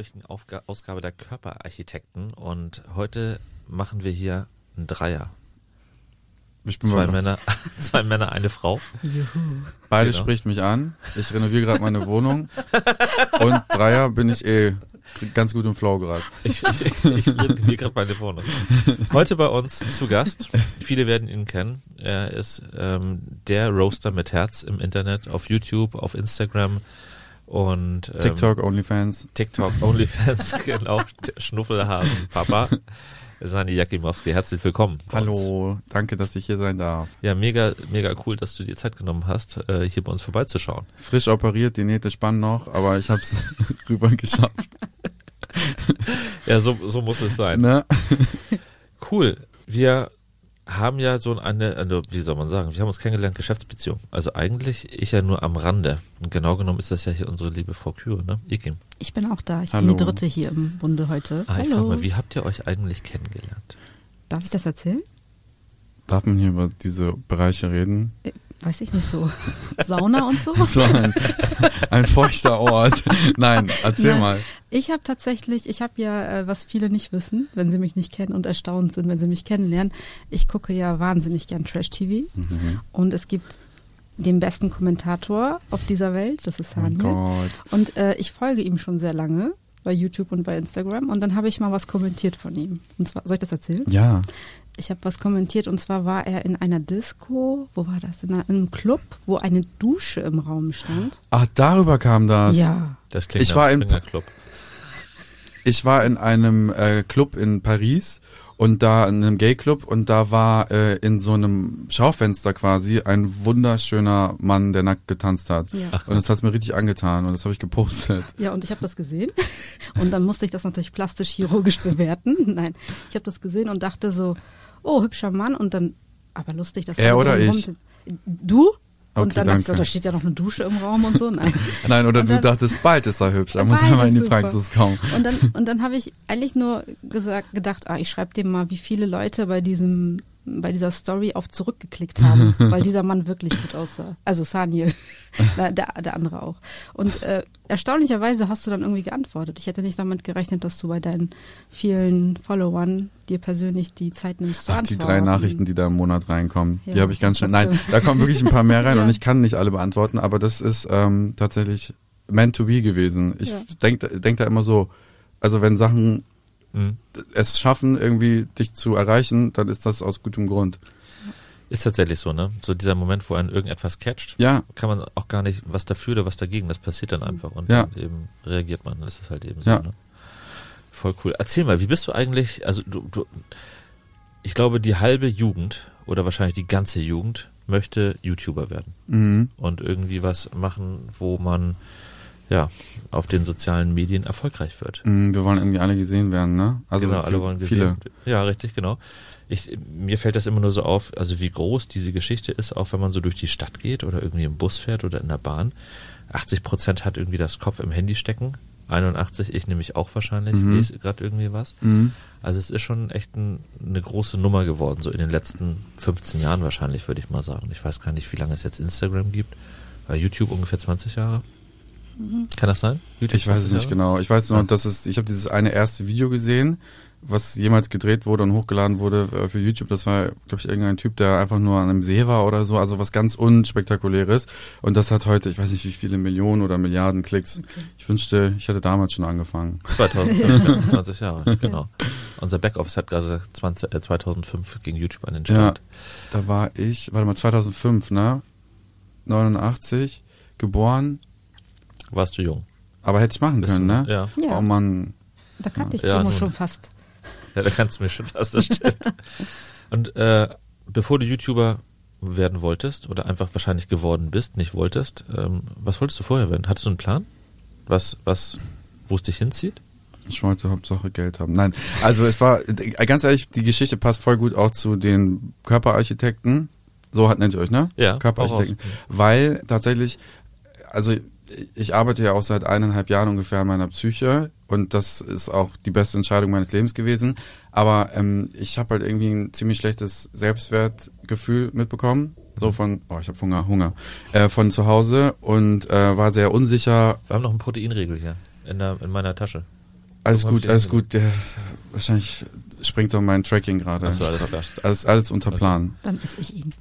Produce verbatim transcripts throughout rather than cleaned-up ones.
zweiwöchigen Aufga- Ausgabe der Körperarchitekten und heute machen wir hier einen Dreier. Ich bin Zwei mal Männer, zwei Männer, eine Frau. Juhu. Beide Genau. spricht mich an. Ich renoviere gerade meine Wohnung. Und Dreier bin ich eh ganz gut im Flow gerade. Ich, ich, ich renoviere gerade meine Wohnung. Heute bei uns zu Gast. Viele werden ihn kennen. Er ist ähm, der Roaster mit Herz im Internet, auf YouTube, auf Instagram und ähm, TikTok, OnlyFans. TikTok, OnlyFans, genau. Der Schnuffelhasen, Papa. Sani Jakimowski, herzlich willkommen. bei uns. Hallo, danke, dass ich hier sein darf. Ja, mega, mega cool, dass du dir Zeit genommen hast, äh, hier bei uns vorbeizuschauen. Frisch operiert, die Nähte spannen noch, aber ich habe es rüber geschafft. Ja, so, so muss es sein. Ne? Cool. Wir haben ja so eine, eine, wie soll man sagen, wir haben uns kennengelernt, Geschäftsbeziehung. Also eigentlich ich ja nur am Rande. Und genau genommen ist das ja hier unsere liebe Frau Küre, ne? Ikim. Ich bin auch da. Ich Hallo. bin die Dritte hier im Bunde heute. Ah, ich frage Hallo. mal, wie habt ihr euch eigentlich kennengelernt? Darf ich das erzählen? Darf man hier über diese Bereiche reden? Äh, Weiß ich nicht so. Sauna und so? So ein, ein feuchter Ort. Nein, erzähl Nein. mal. Ich habe tatsächlich, ich habe ja, äh, was viele nicht wissen, wenn sie mich nicht kennen und erstaunt sind, wenn sie mich kennenlernen, ich gucke ja wahnsinnig gern Trash-T V Mhm. und es gibt den besten Kommentator auf dieser Welt, das ist Oh Sani. Gott. Und äh, ich folge ihm schon sehr lange bei YouTube und bei Instagram und dann habe ich mal was kommentiert von ihm. Und zwar, soll ich das erzählen? Ja. Ich habe was kommentiert und zwar war er in einer Disco, wo war das? In einem Club, wo eine Dusche im Raum stand. Ach, darüber kam das. Ja. Das klingt Ich nach war in- Swingerclub. Ich war in einem äh, Club in Paris und da in einem Gay-Club und da war äh, in so einem Schaufenster quasi ein wunderschöner Mann, der nackt getanzt hat. Ja. Ach, Und das hat's mir richtig angetan und das habe ich gepostet. Ja, und ich habe das gesehen und dann musste ich das natürlich plastisch chirurgisch bewerten. Nein, ich habe das gesehen und dachte so, oh, hübscher Mann und dann, aber lustig, dass Er alle oder drumherum ich? sind. Du? Und Okay, dann dachte ich, danke. so, da steht ja noch eine Dusche im Raum und so. Nein. Nein, oder Und du dann- dachtest, bald ist er hübsch, er muss Beides einmal in die super. Praxis kommen. Und dann, und dann habe ich eigentlich nur gesagt, gedacht, ah, ich schreibe dem mal, wie viele Leute bei diesem, bei dieser Story auf zurückgeklickt haben, weil dieser Mann wirklich gut aussah. Also Sani, der, der andere auch. Und äh, erstaunlicherweise hast du dann irgendwie geantwortet. Ich hätte nicht damit gerechnet, dass du bei deinen vielen Followern dir persönlich die Zeit nimmst zu Ach, die antworten. drei Nachrichten, die da im Monat reinkommen, Ja, die habe ich ganz schnell. Nein, trotzdem. da kommen wirklich ein paar mehr rein Ja. und ich kann nicht alle beantworten, aber das ist ähm, tatsächlich meant to be gewesen. Ich Ja. denke denk da immer so, also wenn Sachen Mhm. es schaffen, irgendwie dich zu erreichen, dann ist das aus gutem Grund. Ist tatsächlich so, ne? So dieser Moment, wo einen irgendetwas catcht, Ja, kann man auch gar nicht was dafür oder was dagegen. Das passiert dann einfach und Ja. dann eben reagiert man. Das ist halt eben so, Ja. ne? Voll cool. Erzähl mal, wie bist du eigentlich, also du, du, ich glaube, die halbe Jugend oder wahrscheinlich die ganze Jugend möchte YouTuber werden mhm. und irgendwie was machen, wo man ja auf den sozialen Medien erfolgreich wird. Mhm, wir wollen irgendwie alle gesehen werden, ne? Also genau, die- alle wollen viele. gesehen. Ja, richtig, genau. Ich, mir fällt das immer nur so auf, also wie groß diese Geschichte ist, auch wenn man so durch die Stadt geht oder irgendwie im Bus fährt oder in der Bahn. achtzig Prozent hat irgendwie das Kopf im Handy stecken. einundachtzig, ich nämlich auch wahrscheinlich, Mhm. lese gerade irgendwie was. Mhm. Also es ist schon echt ein, eine große Nummer geworden, so in den letzten fünfzehn Jahren wahrscheinlich, würde ich mal sagen. Ich weiß gar nicht, wie lange es jetzt Instagram gibt. Bei YouTube ungefähr zwanzig Jahre. Kann das sein? YouTube Ich weiß es zwanzig nicht Jahre? genau. Ich weiß nur, Ja. dass es, ich habe dieses eine erste Video gesehen, was jemals gedreht wurde und hochgeladen wurde äh, für YouTube. Das war, glaube ich, irgendein Typ, der einfach nur an einem See war oder so. Also was ganz unspektakuläres. Und das hat heute, ich weiß nicht, wie viele Millionen oder Milliarden Klicks. Ich wünschte, ich hätte damals schon angefangen. zweitausendfünf, zwanzig Jahre, genau. Unser Backoffice hat gerade gesagt, zwanzig, äh, zweitausendfünf ging YouTube an den Start. Da war ich, warte mal, zweitausendfünf, ne? neunundachtzig, geboren. Warst du jung? Aber hätte ich machen Bist können, du- ne? Ja. Ja. Oh Mann. Da kannte ich Ja, Timo nun. schon fast. Ja, da kannst du mir schon fast das stimmt. Und äh, bevor du YouTuber werden wolltest oder einfach wahrscheinlich geworden bist, nicht wolltest, ähm, was wolltest du vorher werden? Hattest du einen Plan? Was, was, wo es dich hinzieht? Ich wollte Hauptsache Geld haben. Nein, also es war, äh, ganz ehrlich, die Geschichte passt voll gut auch zu den Körperarchitekten. So hat nennt ihr euch, ne? Ja, Körperarchitekten. hau raus. Weil tatsächlich, also ich arbeite ja auch seit eineinhalb Jahren ungefähr an meiner Psyche und das ist auch die beste Entscheidung meines Lebens gewesen. Aber ähm, ich habe halt irgendwie ein ziemlich schlechtes Selbstwertgefühl mitbekommen. So von, oh, ich habe Hunger, Hunger, äh, von zu Hause und äh, war sehr unsicher. Wir haben noch einen Proteinriegel hier in, der, in meiner Tasche. Alles Warum gut, alles gut. Der, wahrscheinlich springt doch mein Tracking gerade. Ach so, alles klar. alles, alles unter Plan. Dann esse ich ihn.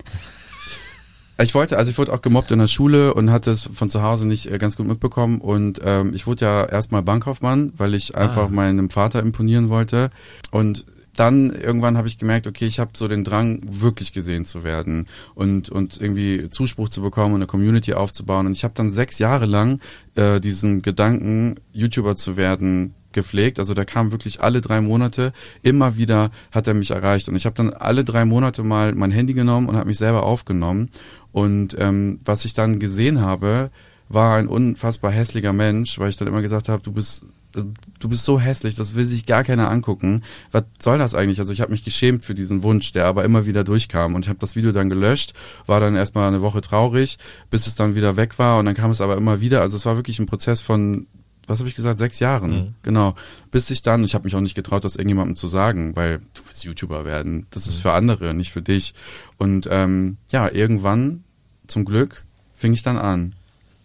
Ich wollte, also ich wurde auch gemobbt in der Schule und hatte es von zu Hause nicht äh, ganz gut mitbekommen und ähm, ich wurde ja erstmal Bankkaufmann, weil ich einfach Ah. meinem Vater imponieren wollte und dann irgendwann habe ich gemerkt, okay, ich habe so den Drang, wirklich gesehen zu werden und und irgendwie Zuspruch zu bekommen und eine Community aufzubauen und ich habe dann sechs Jahre lang äh, diesen Gedanken, YouTuber zu werden, gepflegt. Also der kam wirklich alle drei Monate, immer wieder hat er mich erreicht und ich habe dann alle drei Monate mal mein Handy genommen und habe mich selber aufgenommen und ähm, was ich dann gesehen habe, war ein unfassbar hässlicher Mensch, weil ich dann immer gesagt habe, du bist du bist so hässlich, das will sich gar keiner angucken. Was soll das eigentlich? Also ich habe mich geschämt für diesen Wunsch, der aber immer wieder durchkam und ich habe das Video dann gelöscht, war dann erstmal eine Woche traurig, bis es dann wieder weg war und dann kam es aber immer wieder. Also es war wirklich ein Prozess von was habe ich gesagt, sechs Jahren, mhm. genau. Bis ich dann, ich habe mich auch nicht getraut, das irgendjemandem zu sagen, weil du willst YouTuber werden. Das ist mhm. für andere, nicht für dich. Und ähm, ja, irgendwann, zum Glück, fing ich dann an.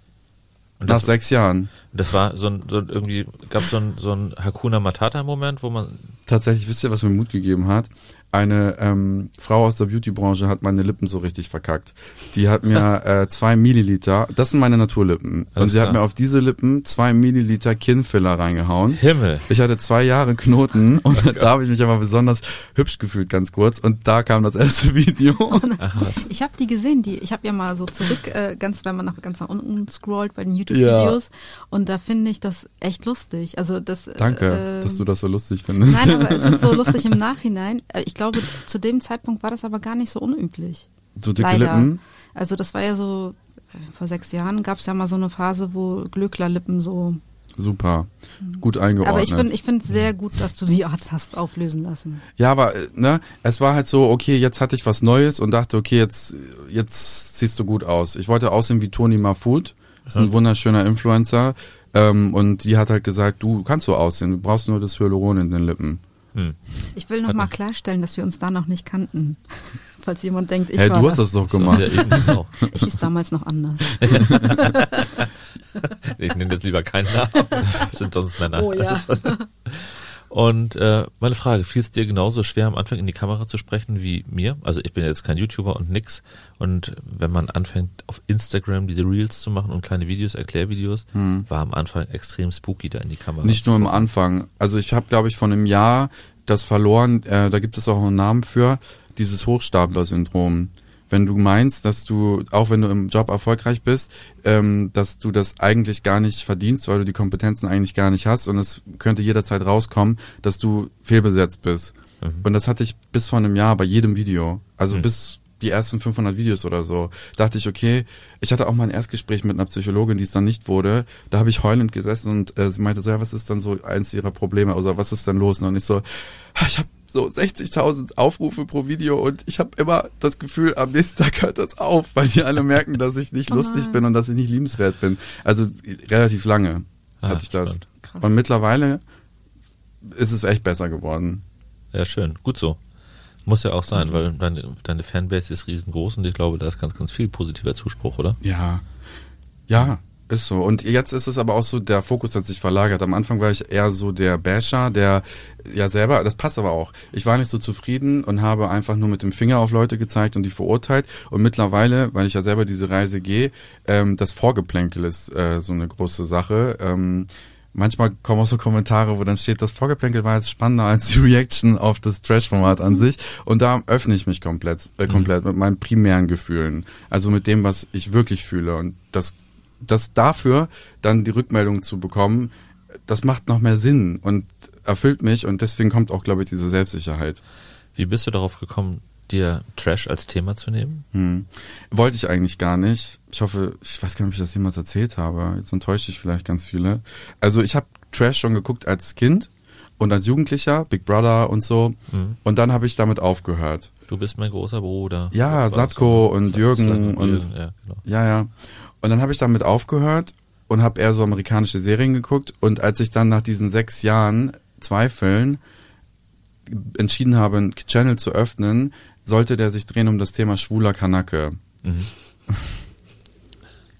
Und Nach das, sechs Jahren. Das war so ein, so ein irgendwie, gab es so ein, so ein Hakuna Matata-Moment, wo man... Tatsächlich, wisst ihr, was mir Mut gegeben hat? Eine ähm, Frau aus der Beauty-Branche hat meine Lippen so richtig verkackt. Die hat mir äh, zwei Milliliter, das sind meine Naturlippen, Alles und sie klar. hat mir auf diese Lippen zwei Milliliter Kinnfiller reingehauen. Himmel. Ich hatte zwei Jahre Knoten und oh da habe ich mich aber besonders hübsch gefühlt, ganz kurz. Und da kam das erste Video. Ach, ich habe die gesehen, die. Ich habe ja mal so zurück, äh, ganz, wenn man nach, ganz nach unten scrollt bei den YouTube-Videos. Ja. Und da finde ich das echt lustig. Also das. Danke, äh, dass du das so lustig findest. Nein, aber es ist so lustig im Nachhinein. Ich glaube, zu dem Zeitpunkt war das aber gar nicht so unüblich. So dicke Leider. Lippen? Also das war ja so, vor sechs Jahren gab es ja mal so eine Phase, wo Glöcklerlippen so... Super, gut eingeordnet. Aber ich finde ich finde es sehr gut, dass du sie hast auflösen lassen. Ja, aber ne, es war halt so, okay, jetzt hatte ich was Neues und dachte, okay, jetzt jetzt siehst du gut aus. Ich wollte aussehen wie Toni Mahfood, das ist ein wunderschöner Influencer ähm, und die hat halt gesagt, du kannst so aussehen, du brauchst nur das Hyaluron in den Lippen. Hm. Ich will noch mal klarstellen, dass wir uns da noch nicht kannten. Falls jemand denkt, ich hey, war du hast das, das doch gemacht. Ja, eben auch. Ich hieß damals noch anders. Ich nenne jetzt lieber keinen Namen. Das sind sonst Männer. Oh ja. Und äh, meine Frage, fiel es dir genauso schwer am Anfang in die Kamera zu sprechen wie mir? Also ich bin jetzt kein YouTuber und nix. Und wenn man anfängt auf Instagram diese Reels zu machen und kleine Videos, Erklärvideos, hm. war am Anfang extrem spooky da in die Kamera. Nicht nur am Anfang. Also ich habe, glaube ich, von einem Jahr das verloren, äh, da gibt es auch einen Namen für, dieses Hochstapler-Syndrom. Wenn du meinst, dass du, auch wenn du im Job erfolgreich bist, ähm, dass du das eigentlich gar nicht verdienst, weil du die Kompetenzen eigentlich gar nicht hast und es könnte jederzeit rauskommen, dass du fehlbesetzt bist. Mhm. Und das hatte ich bis vor einem Jahr bei jedem Video. Also mhm. bis die ersten fünfhundert Videos oder so. Dachte ich, okay, ich hatte auch mal ein Erstgespräch mit einer Psychologin, die es dann nicht wurde. Da habe ich heulend gesessen und äh, sie meinte so, ja, was ist dann so eins ihrer Probleme? Oder was ist denn los? Und ich so, ich habe so sechzigtausend Aufrufe pro Video und ich habe immer das Gefühl, am nächsten Tag hört das auf, weil die alle merken, dass ich nicht oh lustig bin und dass ich nicht liebenswert bin. Also relativ lange ah, hatte ich das. Und mittlerweile ist es echt besser geworden. Ja, schön. Gut so. Muss ja auch sein, weil deine, deine Fanbase ist riesengroß und ich glaube, da ist ganz, ganz viel positiver Zuspruch, oder? Ja. Ja. Ist so. Und jetzt ist es aber auch so, der Fokus hat sich verlagert. Am Anfang war ich eher so der Basher, der ja selber, das passt aber auch. Ich war nicht so zufrieden und habe einfach nur mit dem Finger auf Leute gezeigt und die verurteilt. Und mittlerweile, weil ich ja selber diese Reise gehe, ähm, das Vorgeplänkel ist äh, so eine große Sache. Ähm, manchmal kommen auch so Kommentare, wo dann steht, das Vorgeplänkel war jetzt spannender als die Reaction auf das Trash-Format an sich. Und da öffne ich mich komplett, äh, komplett mhm. mit meinen primären Gefühlen. Also mit dem, was ich wirklich fühle. Und das das dafür dann die Rückmeldung zu bekommen, das macht noch mehr Sinn und erfüllt mich und deswegen kommt auch, glaube ich, diese Selbstsicherheit. Wie bist du darauf gekommen, dir Trash als Thema zu nehmen? Hm. Wollte ich eigentlich gar nicht. Ich hoffe, ich weiß gar nicht, ob ich das jemals erzählt habe. Jetzt enttäusche ich vielleicht ganz viele. Also ich habe Trash schon geguckt als Kind und als Jugendlicher, Big Brother und so. Mhm. Und dann habe ich damit aufgehört. Du bist mein großer Bruder. Ja, Satko und Sa- Jürgen und, und Jürgen, ja, genau. ja, ja. Und dann habe ich damit aufgehört und habe eher so amerikanische Serien geguckt. Und als ich dann nach diesen sechs Jahren Zweifeln entschieden habe, einen Channel zu öffnen, sollte der sich drehen um das Thema schwuler Kanake. Mhm.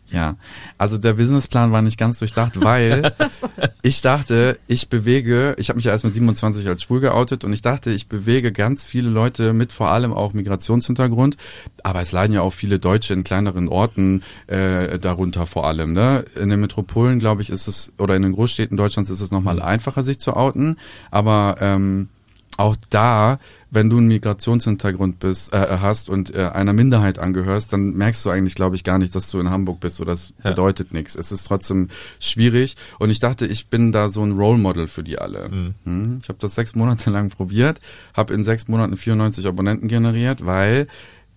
Ja, also der Businessplan war nicht ganz durchdacht, weil ich dachte, ich bewege, ich habe mich ja erst mit siebenundzwanzig als schwul geoutet und ich dachte, ich bewege ganz viele Leute mit vor allem auch Migrationshintergrund, aber es leiden ja auch viele Deutsche in kleineren Orten äh, darunter vor allem. Ne? In den Metropolen, glaube ich, ist es, oder in den Großstädten Deutschlands ist es nochmal einfacher, sich zu outen, aber ähm, auch da, wenn du einen Migrationshintergrund bist, äh, hast und äh, einer Minderheit angehörst, dann merkst du eigentlich, glaube ich, gar nicht, dass du in Hamburg bist oder das ja. bedeutet nichts. Es ist trotzdem schwierig und ich dachte, ich bin da so ein Role Model für die alle. Mhm. Hm? Ich habe das sechs Monate lang probiert, habe in sechs Monaten vierundneunzig Abonnenten generiert, weil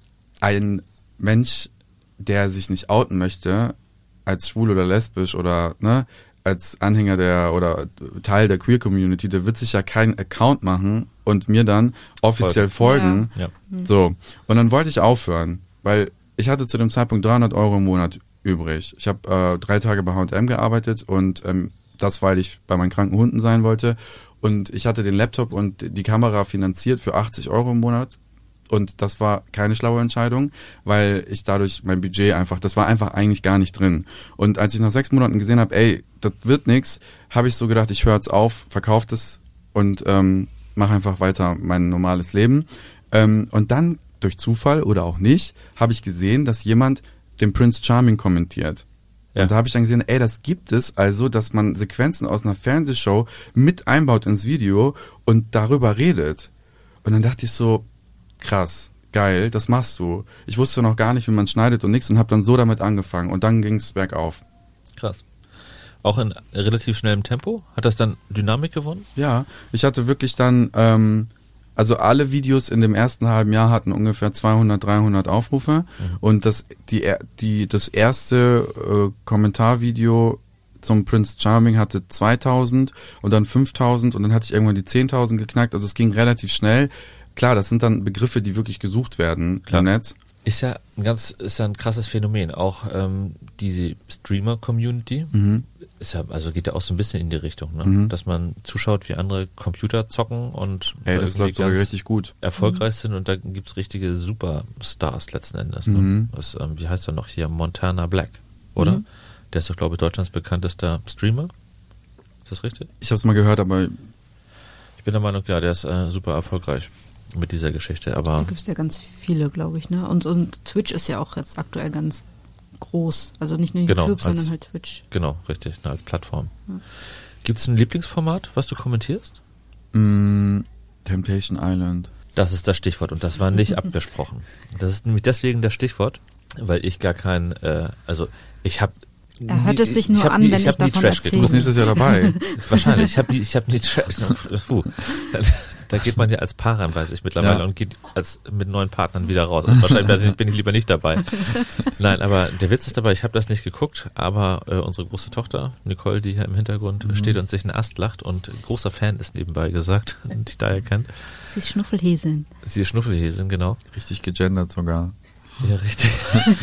ein Mensch, der sich nicht outen möchte, als schwul oder lesbisch oder ne, als Anhänger der oder Teil der Queer-Community, der wird sich ja keinen Account machen und mir dann offiziell folgen. Ja. Ja. So. Und dann wollte ich aufhören, weil ich hatte zu dem Zeitpunkt dreihundert Euro im Monat übrig. Ich habe äh, drei Tage bei H und M gearbeitet und ähm, das, weil ich bei meinen kranken Hunden sein wollte. Und ich hatte den Laptop und die Kamera finanziert für achtzig Euro im Monat. Und das war keine schlaue Entscheidung, weil ich dadurch mein Budget einfach, das war einfach eigentlich gar nicht drin. Und als ich nach sechs Monaten gesehen habe, ey, das wird nix, habe ich so gedacht, ich höre jetzt auf, verkaufe das und ähm, mache einfach weiter mein normales Leben. Ähm, und dann durch Zufall oder auch nicht, habe ich gesehen, dass jemand den Prince Charming kommentiert. Ja. Und da habe ich dann gesehen, ey, das gibt es also, dass man Sequenzen aus einer Fernsehshow mit einbaut ins Video und darüber redet. Und dann dachte ich so, krass, geil, das machst du. Ich wusste noch gar nicht, wie man schneidet und nichts und habe dann so damit angefangen und dann ging es bergauf. Krass. Auch in relativ schnellem Tempo? Hat das dann Dynamik gewonnen? Ja, ich hatte wirklich dann, ähm, also alle Videos in dem ersten halben Jahr hatten ungefähr zweihundert, dreihundert Aufrufe mhm. und das die die das erste äh, Kommentarvideo zum Prince Charming hatte zweitausend und dann fünftausend und dann hatte ich irgendwann die zehntausend geknackt, also es ging relativ schnell. Klar, das sind dann Begriffe, die wirklich gesucht werden im Netz. Ist ja ein ganz, ist ja ein krasses Phänomen. Auch ähm, diese Streamer-Community Mhm. ist ja, also geht ja auch so ein bisschen in die Richtung, ne? Mhm. Dass man zuschaut, wie andere Computer zocken und Ey, das läuft sogar richtig gut. Erfolgreich sind und da gibt's richtige Superstars letzten Endes. Ne? Mhm. Das, ähm, wie heißt er noch hier? Montana Black, oder? Mhm. Der ist doch, glaube ich, Deutschlands bekanntester Streamer. Ist das richtig? Ich habe es mal gehört, aber Ich bin der Meinung, ja, der ist äh, super erfolgreich mit dieser Geschichte, aber Da gibt es ja ganz viele, glaube ich, ne? Und, und Twitch ist ja auch jetzt aktuell ganz groß. Also nicht nur Genau, YouTube, als- sondern halt Twitch. genau, richtig, ne, als Plattform. Ja. Gibt's ein Lieblingsformat, was du kommentierst? mh, Temptation Island. Das ist das Stichwort und das war nicht abgesprochen. Das ist nämlich deswegen das Stichwort, weil ich gar kein, äh, also ich habe Er hört es sich nur hab an, nie, wenn ich ich hab nie davon Trash erzähle. Du bist geguckt. nächstes Jahr dabei. Wahrscheinlich. Ich habe nie, ich habe nie Trash. Puh. Da geht man ja als Paar rein, weiß ich mittlerweile, Ja. und geht als mit neuen Partnern wieder raus. Also wahrscheinlich bin ich lieber nicht dabei. Nein, aber der Witz ist dabei, ich habe das nicht geguckt, aber äh, unsere große Tochter, Nicole, die hier im Hintergrund Mhm. steht und sich einen Ast lacht und großer Fan ist nebenbei gesagt, und dich daher kennt. Sie ist Schnuffelhäseln. Sie ist Schnuffelhäsin, genau. Richtig gegendert sogar. Ja, richtig.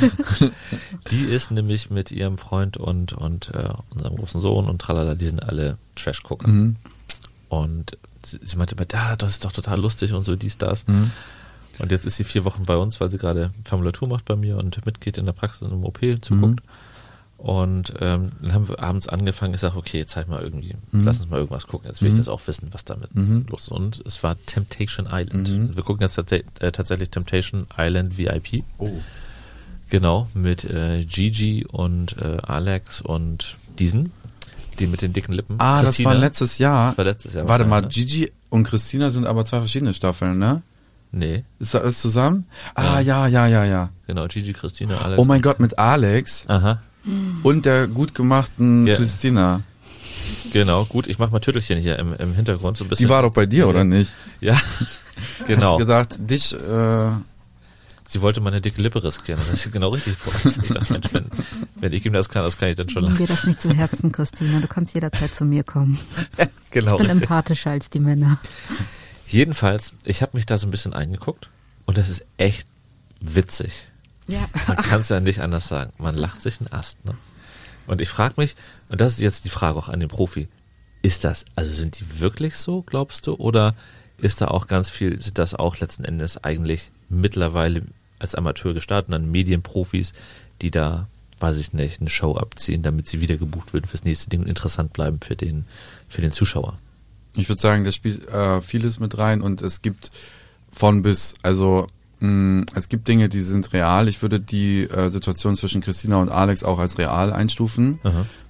Die ist nämlich mit ihrem Freund und, und äh, unserem großen Sohn und tralala, die sind alle Trash-Gucker. Mhm. Und sie, sie meinte immer, da, das ist doch total lustig und so, dies, das. Mhm. Und jetzt ist sie vier Wochen bei uns, weil sie gerade Formulatur macht bei mir und mitgeht in der Praxis im O P, zuguckt. Und ähm, dann haben wir abends angefangen, ich sage, okay, jetzt halt mal irgendwie, Mhm. lass uns mal irgendwas gucken. Jetzt will Mhm. ich das auch wissen, was damit Mhm. los ist. Und es war Temptation Island. Mhm. Wir gucken jetzt tats- äh, tatsächlich Temptation Island V I P. Oh. Genau, mit äh, Gigi und äh, Alex und diesen, die mit den dicken Lippen. Ah, Christina. das war letztes Jahr. Das war letztes Jahr. Warte mal, wahrscheinlich, Gigi und Christina sind aber zwei verschiedene Staffeln, ne? ne? Nee, Ist das alles zusammen? Ah, ja, ja, ja, ja. genau, Gigi, Christina, Alex. Oh mein Gott, mit Alex Aha, und der gut gemachten Ja. Christina. genau, gut, ich mach mal Tüttelchen hier im, im Hintergrund. So ein bisschen. Die war doch bei dir, oder nicht? Ja, Hast genau. du gedacht, dich, äh, Sie wollte meine dicke Lippe riskieren. Das ist genau richtig. Ich dachte, Mensch, wenn, wenn ich ihm das kann, das kann ich dann schon. Nimm dir das nicht zu Herzen, Christina. Du kannst jederzeit zu mir kommen. Genau. Ich bin empathischer als die Männer. Jedenfalls, ich habe mich da so ein bisschen eingeguckt und das ist echt witzig. Ja. Man kann es ja nicht anders sagen. Man lacht sich einen Ast. Ne? Und ich frage mich, und das ist jetzt die Frage auch an den Profi, ist das, also sind die wirklich so, glaubst du? Oder ist da auch ganz viel, sind das auch letzten Endes eigentlich mittlerweile als Amateur gestartet, dann Medienprofis, die da weiß ich nicht, eine Show abziehen, damit sie wieder gebucht werden fürs nächste Ding und interessant bleiben für den, für den Zuschauer? Ich würde sagen, da spielt äh, vieles mit rein und es gibt von bis, also mh, es gibt Dinge, die sind real. Ich würde die äh, Situation zwischen Christina und Alex auch als real einstufen.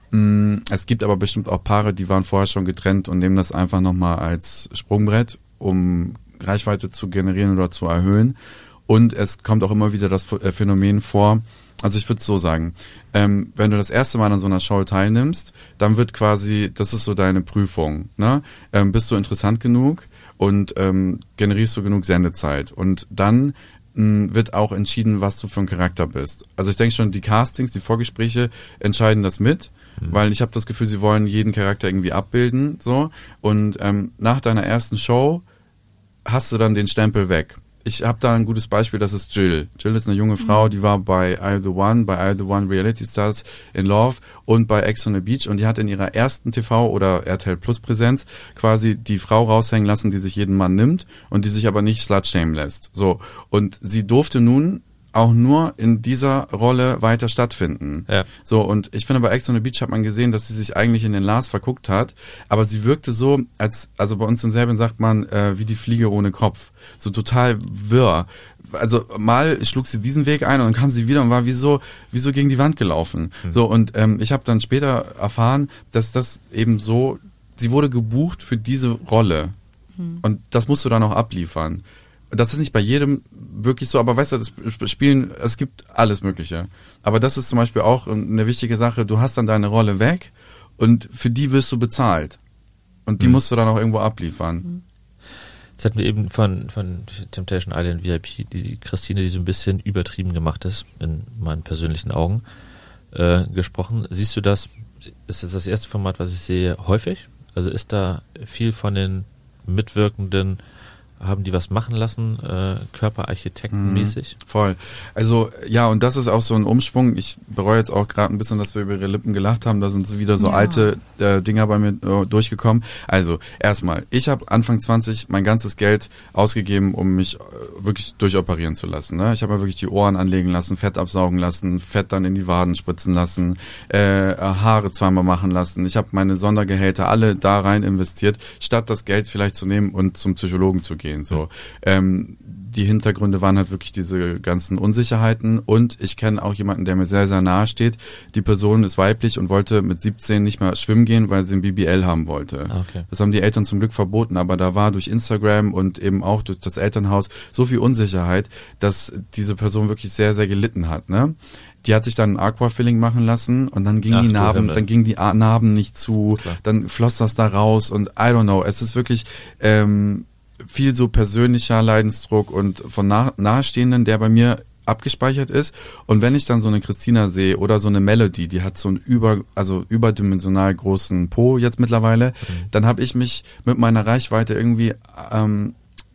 Mh, es gibt aber bestimmt auch Paare, die waren vorher schon getrennt und nehmen das einfach nochmal als Sprungbrett, um Reichweite zu generieren oder zu erhöhen. Und es kommt auch immer wieder das Phänomen vor, also ich würde es so sagen, ähm, wenn du das erste Mal an so einer Show teilnimmst, dann wird quasi, das ist so deine Prüfung, ne? Ähm, bist du interessant genug und ähm, generierst du genug Sendezeit? Und dann mh, wird auch entschieden, was du für ein Charakter bist. Also ich denke schon, die Castings, die Vorgespräche entscheiden das mit, mhm. weil ich habe das Gefühl, sie wollen jeden Charakter irgendwie abbilden, so. Und ähm, nach deiner ersten Show hast du dann den Stempel weg. Ich habe da ein gutes Beispiel, das ist Jill. Jill ist eine junge Frau, die war bei I The One, bei I The One Reality Stars in Love und bei Ex on the Beach und die hat in ihrer ersten T V- oder R T L Plus Präsenz quasi die Frau raushängen lassen, die sich jeden Mann nimmt und die sich aber nicht slutshamen lässt. So. Und sie durfte nun auch nur in dieser Rolle weiter stattfinden. Ja. So, und ich finde, bei Ex on the Beach hat man gesehen, dass sie sich eigentlich in den Lars verguckt hat, aber sie wirkte so, als, also bei uns in Serbien sagt man, äh, wie die Fliege ohne Kopf. So total wirr. Also mal schlug sie diesen Weg ein und dann kam sie wieder und war wie so, wie so gegen die Wand gelaufen. Mhm. So, und ähm, ich habe dann später erfahren, dass das eben so, sie wurde gebucht für diese Rolle. Mhm. Und das musst du dann auch abliefern. Das ist nicht bei jedem wirklich so, aber weißt du, das Spielen, es gibt alles Mögliche. Aber das ist zum Beispiel auch eine wichtige Sache, du hast dann deine Rolle weg und für die wirst du bezahlt. Und die mhm. musst du dann auch irgendwo abliefern. Jetzt hatten wir eben von, von Temptation Island V I P, die Christine, die so ein bisschen übertrieben gemacht ist, in meinen persönlichen Augen, äh, gesprochen. Siehst du das, ist das das erste Format, was ich sehe, häufig? Also ist da viel von den Mitwirkenden, haben die was machen lassen, äh, Körperarchitektenmäßig? Mhm, voll. Also ja, und das ist auch so ein Umschwung. Ich bereue jetzt auch gerade ein bisschen, dass wir über ihre Lippen gelacht haben. Da sind wieder so ja. alte äh, Dinger bei mir äh, durchgekommen. Also erstmal, ich habe Anfang zwanzig mein ganzes Geld ausgegeben, um mich äh, wirklich durchoperieren zu lassen. Ne? Ich habe mir wirklich die Ohren anlegen lassen, Fett absaugen lassen, Fett dann in die Waden spritzen lassen, äh, Haare zweimal machen lassen. Ich habe meine Sondergehälter alle da rein investiert, statt das Geld vielleicht zu nehmen und zum Psychologen zu gehen. So, ähm, die Hintergründe waren halt wirklich diese ganzen Unsicherheiten und ich kenne auch jemanden, der mir sehr, sehr nahe steht. Die Person ist weiblich und wollte mit siebzehn nicht mehr schwimmen gehen, weil sie ein B B L haben wollte. Okay. Das haben die Eltern zum Glück verboten, aber da war durch Instagram und eben auch durch das Elternhaus so viel Unsicherheit, dass diese Person wirklich sehr, sehr gelitten hat, ne? Die hat sich dann ein Aquafilling machen lassen und dann ging Ach, die Narben, dann ging die Narben nicht zu, Klar. dann floss das da raus und I don't know. Es ist wirklich ähm, viel so persönlicher Leidensdruck und von nah, Nahestehenden, der bei mir abgespeichert ist. Und wenn ich dann so eine Christina sehe oder so eine Melody, die hat so einen über, also überdimensional großen Po jetzt mittlerweile, mhm. dann habe ich mich mit meiner Reichweite irgendwie, ähm,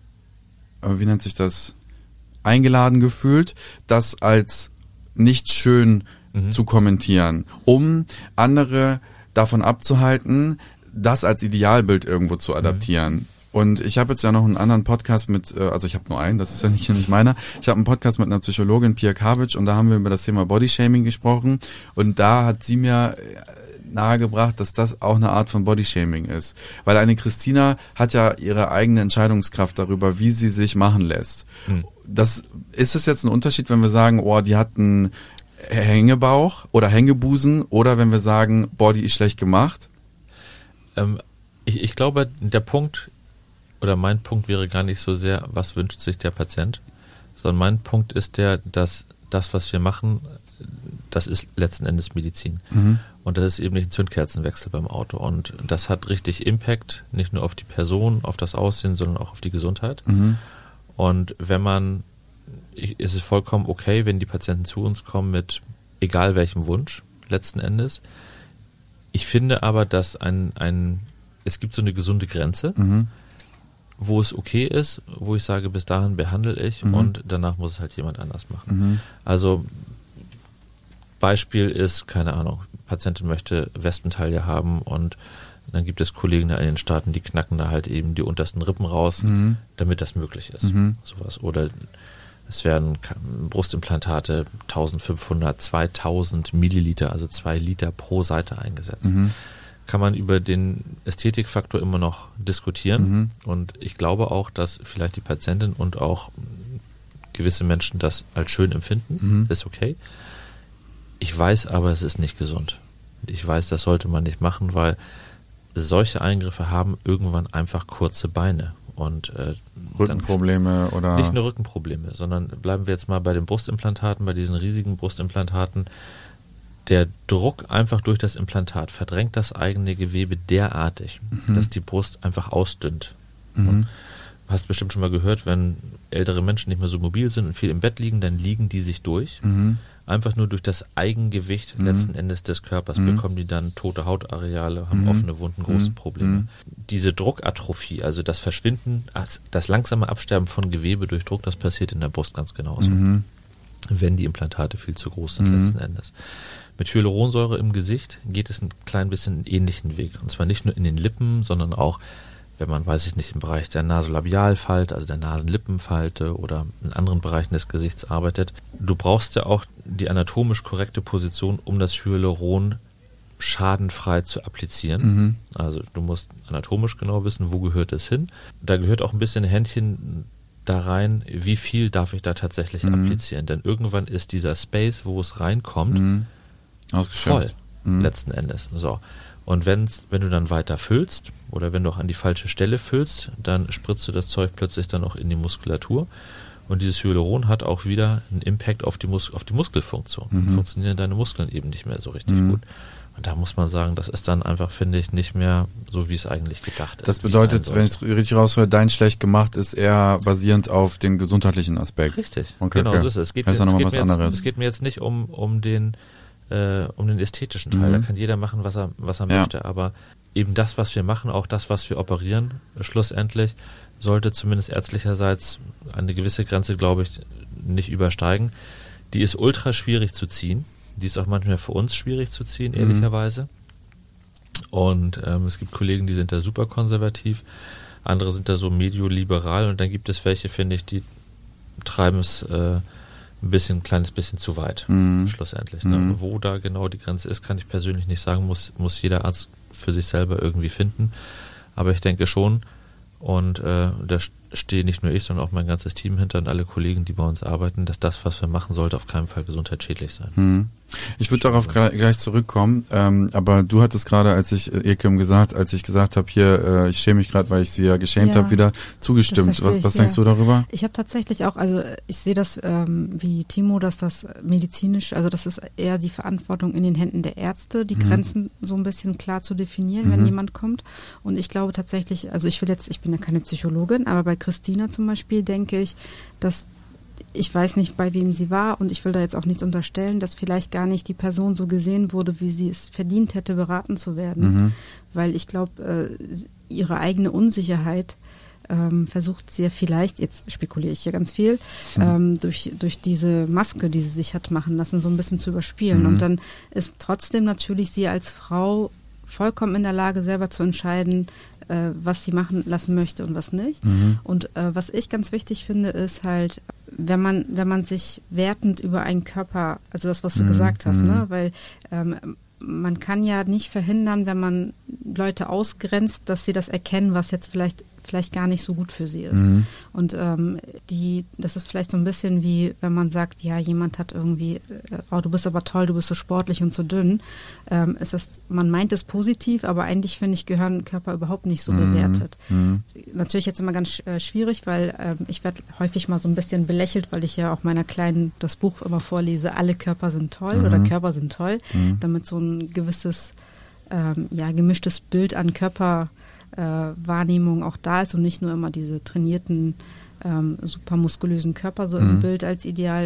wie nennt sich das, eingeladen gefühlt, das als nicht schön mhm. zu kommentieren, um andere davon abzuhalten, das als Idealbild irgendwo zu adaptieren. Mhm. Und ich habe jetzt ja noch einen anderen Podcast mit, also ich habe nur einen, das ist ja nicht, nicht meiner. Ich habe einen Podcast mit einer Psychologin, Pia Kavic, und da haben wir über das Thema Bodyshaming gesprochen. Und da hat sie mir nahegebracht, dass das auch eine Art von Bodyshaming ist. Weil eine Christina hat ja ihre eigene Entscheidungskraft darüber, wie sie sich machen lässt. Hm. Das, ist es jetzt ein Unterschied, wenn wir sagen, oh, die hat einen Hängebauch oder Hängebusen, oder wenn wir sagen, boah, die ist schlecht gemacht? Ähm, ich, ich glaube, der Punkt, oder mein Punkt wäre gar nicht so sehr, was wünscht sich der Patient, sondern mein Punkt ist der, dass das, was wir machen, das ist letzten Endes Medizin. Mhm. Und das ist eben nicht ein Zündkerzenwechsel beim Auto. Und das hat richtig Impact, nicht nur auf die Person, auf das Aussehen, sondern auch auf die Gesundheit. Mhm. Und wenn man, ist es vollkommen okay, wenn die Patienten zu uns kommen mit egal welchem Wunsch, letzten Endes. Ich finde aber, dass ein, ein es gibt so eine gesunde Grenze, mhm. wo es okay ist, wo ich sage, bis dahin behandle ich mhm. und danach muss es halt jemand anders machen. Mhm. Also Beispiel ist, keine Ahnung, Patientin möchte Wespentaille haben und dann gibt es Kollegen da in den Staaten, die knacken da halt eben die untersten Rippen raus, mhm. damit das möglich ist. Mhm. Sowas. Oder Es werden Brustimplantate eintausendfünfhundert, zweitausend Milliliter, also zwei Liter pro Seite eingesetzt. Mhm. Kann man über den Ästhetikfaktor immer noch diskutieren. Mhm. Und ich glaube auch, dass vielleicht die Patientin und auch gewisse Menschen das als schön empfinden. Mhm. Ist okay. Ich weiß aber, es ist nicht gesund. Ich weiß, das sollte man nicht machen, weil solche Eingriffe haben irgendwann einfach kurze Beine. Und äh, Rückenprobleme oder... Nicht nur Rückenprobleme, sondern bleiben wir jetzt mal bei den Brustimplantaten, bei diesen riesigen Brustimplantaten. Der Druck einfach durch das Implantat verdrängt das eigene Gewebe derartig, mhm. dass die Brust einfach ausdünnt. Mhm. Und du hast bestimmt schon mal gehört, wenn ältere Menschen nicht mehr so mobil sind und viel im Bett liegen, dann liegen die sich durch. Mhm. Einfach nur durch das Eigengewicht mhm. letzten Endes des Körpers mhm. bekommen die dann tote Hautareale, haben mhm. offene Wunden, große mhm. Probleme. Diese Druckatrophie, also das Verschwinden, das langsame Absterben von Gewebe durch Druck, das passiert in der Brust ganz genauso. Mhm. Wenn die Implantate viel zu groß sind mhm. letzten Endes. Mit Hyaluronsäure im Gesicht geht es ein klein bisschen einen ähnlichen Weg. Und zwar nicht nur in den Lippen, sondern auch, wenn man, weiß ich nicht, im Bereich der Nasolabialfalte, also der Nasenlippenfalte oder in anderen Bereichen des Gesichts arbeitet. Du brauchst ja auch die anatomisch korrekte Position, um das Hyaluron schadenfrei zu applizieren. Mhm. Also du musst anatomisch genau wissen, wo gehört es hin. Da gehört auch ein bisschen Händchen da rein, wie viel darf ich da tatsächlich mhm. applizieren. Denn irgendwann ist dieser Space, wo es reinkommt, mhm. voll, mhm. letzten Endes. So. Und wenn's, wenn du dann weiter füllst oder wenn du auch an die falsche Stelle füllst, dann spritzt du das Zeug plötzlich dann auch in die Muskulatur. Und dieses Hyaluron hat auch wieder einen Impact auf die, Mus- auf die Muskelfunktion. Mhm. Funktionieren deine Muskeln eben nicht mehr so richtig mhm. gut. Und da muss man sagen, das ist dann einfach, finde ich, nicht mehr so, wie es eigentlich gedacht ist. Das bedeutet, wenn ich es richtig raushöre, dein schlecht gemacht ist eher basierend auf den gesundheitlichen Aspekt. Richtig, okay, genau okay. so ist es. Es geht, das mir, ist es, geht was mir jetzt, anderes. es geht mir jetzt nicht um, um den äh, um den ästhetischen Teil. Mhm. Da kann jeder machen, was er, was er ja. möchte. Aber eben das, was wir machen, auch das, was wir operieren, schlussendlich, sollte zumindest ärztlicherseits eine gewisse Grenze, glaube ich, nicht übersteigen. Die ist ultra schwierig zu ziehen. Die ist auch manchmal für uns schwierig zu ziehen, mhm. ehrlicherweise. Und ähm, es gibt Kollegen, die sind da super konservativ, andere sind da so medioliberal und dann gibt es welche, finde ich, die treiben es äh, ein bisschen, ein kleines bisschen zu weit, mhm. schlussendlich. Ne? Mhm. Wo da genau die Grenze ist, kann ich persönlich nicht sagen, muss, muss jeder Arzt für sich selber irgendwie finden. Aber ich denke schon, und äh, da stehe nicht nur ich, sondern auch mein ganzes Team hinter und alle Kollegen, die bei uns arbeiten, dass das, was wir machen, sollte auf keinen Fall gesundheitsschädlich sein. Mhm. Ich würde darauf gleich zurückkommen, ähm, aber du hattest gerade, als ich Ekim gesagt, als ich gesagt habe, hier, äh, ich schäme mich gerade, weil ich sie ja geschämt ja, habe, wieder zugestimmt. Was, ich, was ja. denkst du darüber? Ich habe tatsächlich auch, also ich sehe das ähm, wie Timo, dass das medizinisch, also das ist eher die Verantwortung in den Händen der Ärzte, die mhm. Grenzen so ein bisschen klar zu definieren, mhm. wenn jemand kommt. Und ich glaube tatsächlich, also ich will jetzt, ich bin ja keine Psychologin, aber bei Christina zum Beispiel denke ich, dass ich weiß nicht, bei wem sie war und ich will da jetzt auch nichts unterstellen, dass vielleicht gar nicht die Person so gesehen wurde, wie sie es verdient hätte, beraten zu werden. Mhm. Weil ich glaube, äh, ihre eigene Unsicherheit ähm, versucht sie ja vielleicht, jetzt spekuliere ich hier ganz viel, mhm. ähm, durch, durch diese Maske, die sie sich hat machen lassen, so ein bisschen zu überspielen. Mhm. Und dann ist trotzdem natürlich sie als Frau vollkommen in der Lage, selber zu entscheiden, äh, was sie machen lassen möchte und was nicht. Mhm. Und äh, was ich ganz wichtig finde, ist halt, wenn man, wenn man sich wertend über einen Körper, also das, was du mhm. gesagt hast, mhm. ne, weil ähm, man kann ja nicht verhindern, wenn man Leute ausgrenzt, dass sie das erkennen, was jetzt vielleicht vielleicht gar nicht so gut für sie ist. Mhm. Und ähm, die, das ist vielleicht so ein bisschen wie, wenn man sagt, ja, jemand hat irgendwie, oh, du bist aber toll, du bist so sportlich und so dünn. Ähm, ist das, man meint es positiv, aber eigentlich, finde ich, gehören Körper überhaupt nicht so mhm. bewertet. Mhm. Natürlich jetzt immer ganz äh, schwierig, weil ähm, ich werde häufig mal so ein bisschen belächelt, weil ich ja auch meiner Kleinen das Buch immer vorlese, alle Körper sind toll mhm. oder Körper sind toll, mhm. damit so ein gewisses, ähm, ja, gemischtes Bild an Körper Äh, Wahrnehmung auch da ist und nicht nur immer diese trainierten, ähm, super muskulösen Körper so mhm. im Bild als Ideal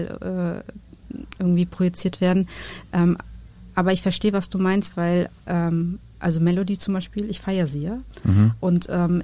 äh, irgendwie projiziert werden. Ähm, aber ich verstehe, was du meinst, weil ähm, also Melody zum Beispiel, ich feiere sie ja mhm. und ähm,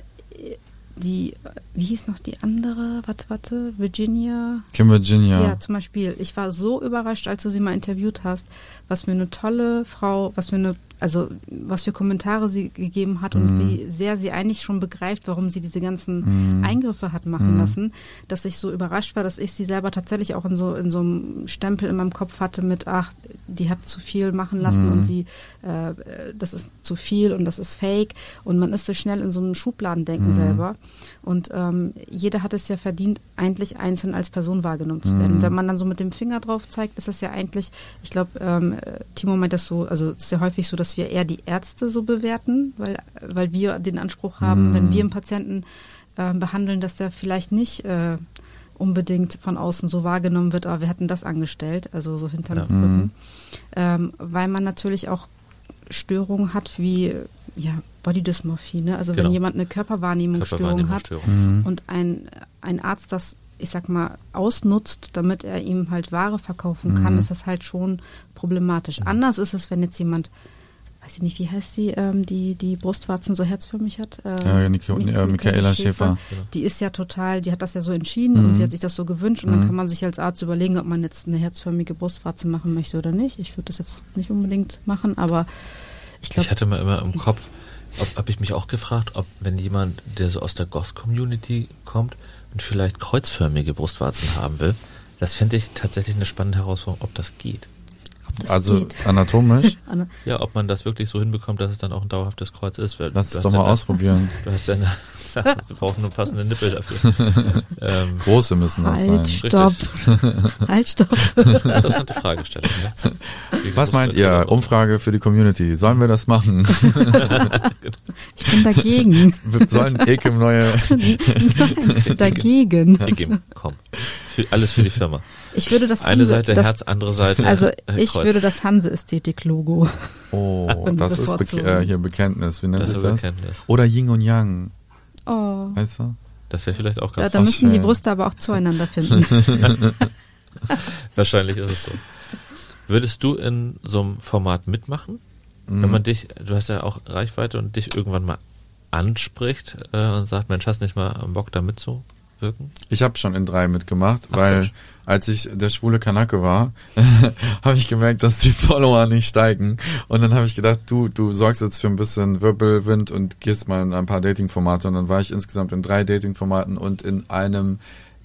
die, wie hieß noch die andere, warte, warte, Virginia? Kim Virginia. Ja, zum Beispiel. Ich war so überrascht, als du sie mal interviewt hast, was für eine tolle Frau, was für eine also was für Kommentare sie gegeben hat und wie sehr sie eigentlich schon begreift, warum sie diese ganzen mhm. Eingriffe hat machen mhm. lassen, dass ich so überrascht war, dass ich sie selber tatsächlich auch in so in so einem Stempel in meinem Kopf hatte mit, ach, die hat zu viel machen lassen mhm. und sie, äh, das ist zu viel und das ist fake und man ist so schnell in so einem Schubladendenken mhm. selber und ähm, jeder hat es ja verdient, eigentlich einzeln als Person wahrgenommen zu werden. Mhm. Wenn man dann so mit dem Finger drauf zeigt, ist das ja eigentlich, ich glaube, ähm, Timo meint das so, also es ist ja häufig so, dass wir eher die Ärzte so bewerten, weil, weil wir den Anspruch haben, mhm. wenn wir einen Patienten äh, behandeln, dass der vielleicht nicht äh, unbedingt von außen so wahrgenommen wird, aber wir hätten das angestellt, also so hinterm ja. Rücken. Mhm. Ähm, weil man natürlich auch Störungen hat wie ja, Bodydysmorphie, ne? Also genau. wenn jemand eine Körperwahrnehmungsstörung hat Körperwahrnehmungsstörung. Mhm. und ein, ein Arzt das, ich sag mal, ausnutzt, damit er ihm halt Ware verkaufen kann, Mhm. ist das halt schon problematisch. Mhm. Anders ist es, wenn jetzt jemand, weiß ich nicht, wie heißt sie, ähm, die die Brustwarzen so herzförmig hat? Ähm, Ja, Nico, Mi- äh, Michaela Schäfer. Genau. Die ist ja total, die hat das ja so entschieden Mhm. und sie hat sich das so gewünscht und Mhm. dann kann man sich als Arzt überlegen, ob man jetzt eine herzförmige Brustwarze machen möchte oder nicht. Ich würde das jetzt nicht unbedingt machen, aber ich glaube... Ich hatte mal immer im Kopf, ob, habe ich mich auch gefragt, ob wenn jemand, der so aus der Goth-Community kommt und vielleicht kreuzförmige Brustwarzen haben will, das fände ich tatsächlich eine spannende Herausforderung, ob das geht. Das Also geht. anatomisch? Anna, Ja, ob man das wirklich so hinbekommt, dass es dann auch ein dauerhaftes Kreuz ist. Weil Lass du es hast doch mal ja ausprobieren. Du hast ja eine, wir brauchen nur passende Nippel dafür. ähm, Große müssen das halt, sein. stopp. halt, stopp. interessante Fragestellung. Ne? Wie Was groß meint wird ihr? der Umfrage für die Community. Sollen wir das machen? Ich bin dagegen. Wir sollen Ekim neue... Nein, dagegen. Bauch? Geben, komm. Für, alles für die Firma. Ich würde das Eine Hanse, Seite das, Herz, andere Seite Also äh, ich Kreuz. würde das Hanse-Ästhetik-Logo. Oh, Und das ist bevorzugen. bek äh, hier Bekenntnis. Wie nennt Das sich ist das? Bekenntnis. Oder Yin und Yang. Oh. Weißt du? Das wäre vielleicht auch Da, ganz da müssen die schön. Brüste aber auch zueinander finden. Wahrscheinlich ist es so. Würdest du in so einem Format mitmachen? Mhm. Wenn man dich, du hast ja auch Reichweite und dich irgendwann mal anspricht äh, und sagt, Mensch, hast nicht mal Bock da mitzuwirken? Ich habe schon in drei mitgemacht, Ach, weil Mensch. als ich der schwule Kanake war, habe ich gemerkt, dass die Follower nicht steigen. Und dann habe ich gedacht, du, du sorgst jetzt für ein bisschen Wirbelwind und gehst mal in ein paar Dating-Formate. Und dann war ich insgesamt in drei Dating-Formaten und in einem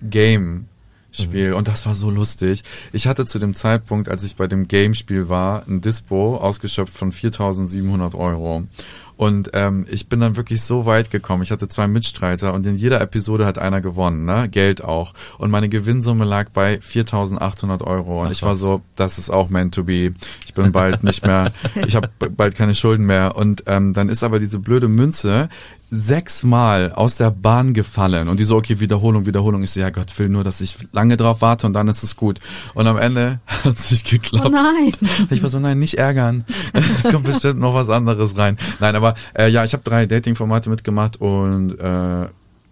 Game-Spiel. Und das war so lustig. Ich hatte zu dem Zeitpunkt, als ich bei dem Game-Spiel war, ein Dispo ausgeschöpft von viertausendsiebenhundert Euro. Und ähm, ich bin dann wirklich so weit gekommen. Ich hatte zwei Mitstreiter und in jeder Episode hat einer gewonnen, ne? Geld auch. Und meine Gewinnsumme lag bei viertausendachthundert Euro. Und Ach, ich war so, das ist auch meant to be. Ich bin bald nicht mehr, ich habe bald keine Schulden mehr. Und ähm, dann ist aber diese blöde Münze sechsmal aus der Bahn gefallen. Und die so, okay, Wiederholung, Wiederholung. Ich so, ja Gott, will nur, dass ich lange drauf warte und dann ist es gut. Und am Ende hat es nicht geklappt. Oh nein. Ich war so, nein, nicht ärgern. Es kommt bestimmt noch was anderes rein. Nein, aber äh, ja, ich habe drei Dating-Formate mitgemacht und äh,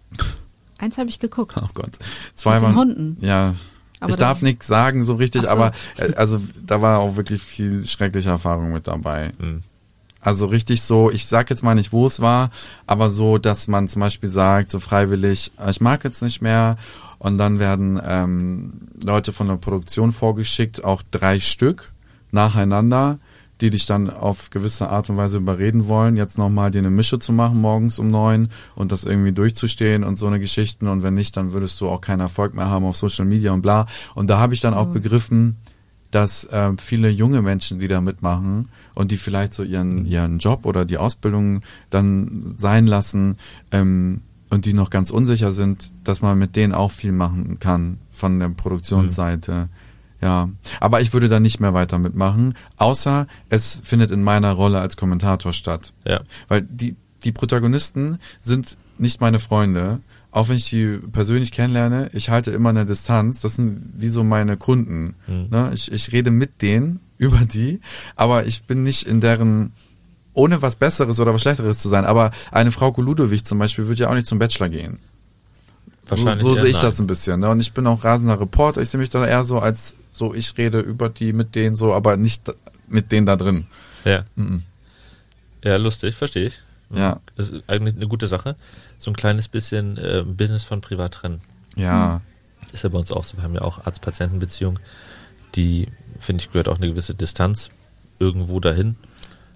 Eins habe ich geguckt. oh Gott, zwei Mit den waren Hunden. ja. Aber ich darf dann- nichts sagen so richtig, Ach so. aber äh, also da war auch wirklich viel schreckliche Erfahrung mit dabei. Hm. Also richtig so, ich sag jetzt mal nicht, wo es war, aber so, dass man zum Beispiel sagt, so freiwillig, äh, ich mag jetzt nicht mehr und dann werden ähm, Leute von der Produktion vorgeschickt, auch drei Stück nacheinander, die dich dann auf gewisse Art und Weise überreden wollen, jetzt nochmal dir eine Mische zu machen morgens um neun und das irgendwie durchzustehen und so eine Geschichten und wenn nicht, dann würdest du auch keinen Erfolg mehr haben auf Social Media und bla. Und da habe ich dann auch Mhm. begriffen, dass äh, viele junge Menschen, die da mitmachen und die vielleicht so ihren ihren Job oder die Ausbildung dann sein lassen ähm, und die noch ganz unsicher sind, dass man mit denen auch viel machen kann von der Produktionsseite. Ja, aber ich würde da nicht mehr weiter mitmachen, außer es findet in meiner Rolle als Kommentator statt. Ja. Weil die, die Protagonisten sind nicht meine Freunde, auch wenn ich die persönlich kennenlerne, ich halte immer eine Distanz, das sind wie so meine Kunden. Mhm. Ne? Ich, ich rede mit denen über die, aber ich bin nicht in deren, ohne was Besseres oder was Schlechteres zu sein, aber eine Frau Ludowig zum Beispiel würde ja auch nicht zum Bachelor gehen. Wahrscheinlich so so eher sehe ich nein. das ein bisschen. Ne? Und ich bin auch rasender Reporter, ich sehe mich da eher so als, so ich rede über die, mit denen so, aber nicht mit denen da drin. Ja. Mhm. Ja, lustig, verstehe ich. Ja. Das ist eigentlich eine gute Sache. So ein kleines bisschen äh, Business von privat trennen. Ja. Ist ja bei uns auch so. Wir haben ja auch Arzt-Patienten-Beziehung. Die, finde ich, gehört auch eine gewisse Distanz irgendwo dahin.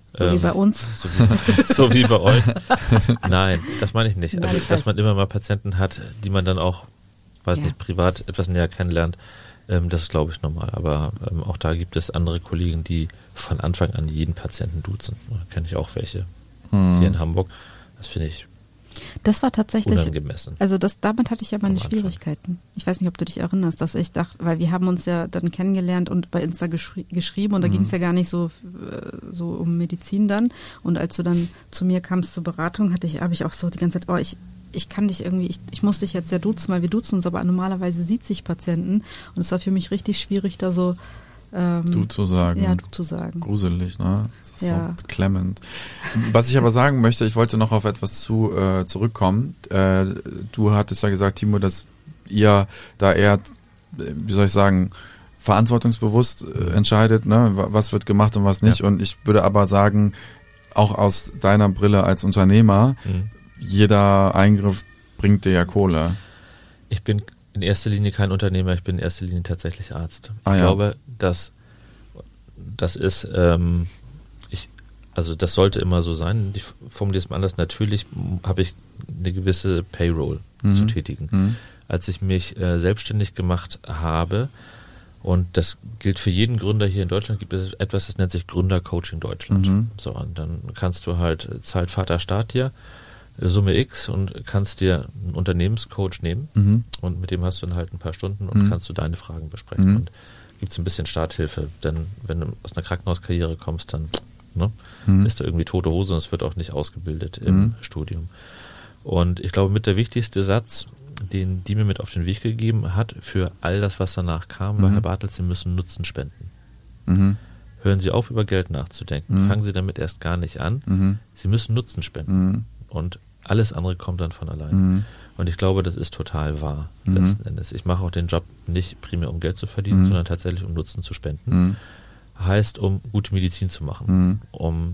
So ähm, wie bei uns. So wie, so wie bei euch. Nein, das meine ich nicht. Nein, also, ich dass weiß. man immer mal Patienten hat, die man dann auch, weiß Ja. nicht, privat etwas näher kennenlernt. Ähm, das ist, glaube ich, normal. Aber ähm, auch da gibt es andere Kollegen, die von Anfang an jeden Patienten duzen. Da kenne ich auch welche Hm. hier in Hamburg. Das finde ich Das war tatsächlich, unangemessen. also das, damit hatte ich ja meine Am Anfang. Schwierigkeiten. Ich weiß nicht, ob du dich erinnerst, dass ich dachte, weil wir haben uns ja dann kennengelernt und bei Insta geschri- geschrieben und da Mhm. ging es ja gar nicht so, äh, so um Medizin dann. Und als du dann zu mir kamst zur Beratung, hatte ich, habe ich auch so die ganze Zeit, oh, ich, ich kann dich irgendwie, ich, ich muss dich jetzt ja duzen, weil wir duzen uns, aber normalerweise sieht sich Patienten und es war für mich richtig schwierig, da so ähm, Du zu sagen. Ja, du zu sagen. Gruselig, ne? Das ist Ja. so beklemmend. Was ich aber sagen möchte, ich wollte noch auf etwas zu äh, zurückkommen. Äh, du hattest ja gesagt, Timo, dass ihr da eher, wie soll ich sagen, verantwortungsbewusst äh, entscheidet, ne? Was wird gemacht und was nicht. Ja. Und ich würde aber sagen, auch aus deiner Brille als Unternehmer, Mhm. jeder Eingriff bringt dir ja Kohle. Ich bin in erster Linie kein Unternehmer, ich bin in erster Linie tatsächlich Arzt. Ah, ich ja. glaube, dass das ist, ähm, ich, also das sollte immer so sein. Ich formuliere es mal anders. Natürlich habe ich eine gewisse Payroll Mhm. zu tätigen. Mhm. Als ich mich äh, selbstständig gemacht habe, und das gilt für jeden Gründer hier in Deutschland, gibt es etwas, das nennt sich Gründercoaching Deutschland. Mhm. So, und dann kannst du halt, zahlt Vater Staat dir Summe X und kannst dir einen Unternehmenscoach nehmen Mhm. und mit dem hast du dann halt ein paar Stunden und Mhm. kannst du deine Fragen besprechen. Mhm. Und gibt es ein bisschen Starthilfe, denn wenn du aus einer Krankenhauskarriere kommst, dann ne, Mhm. ist da irgendwie tote Hose und es wird auch nicht ausgebildet im Mhm. Studium. Und ich glaube, mit der wichtigste Satz, den die mir mit auf den Weg gegeben hat, für all das, was danach kam, war: Mhm. Herr Bartels, Sie müssen Nutzen spenden. Mhm. Hören Sie auf, über Geld nachzudenken. Mhm. Fangen Sie damit erst gar nicht an. Mhm. Sie müssen Nutzen spenden. Mhm. Und alles andere kommt dann von allein. Mhm. Und ich glaube, das ist total wahr, Mhm. letzten Endes. Ich mache auch den Job nicht primär, um Geld zu verdienen, Mhm. sondern tatsächlich, um Nutzen zu spenden. Mhm. Heißt, um gute Medizin zu machen, Mhm. um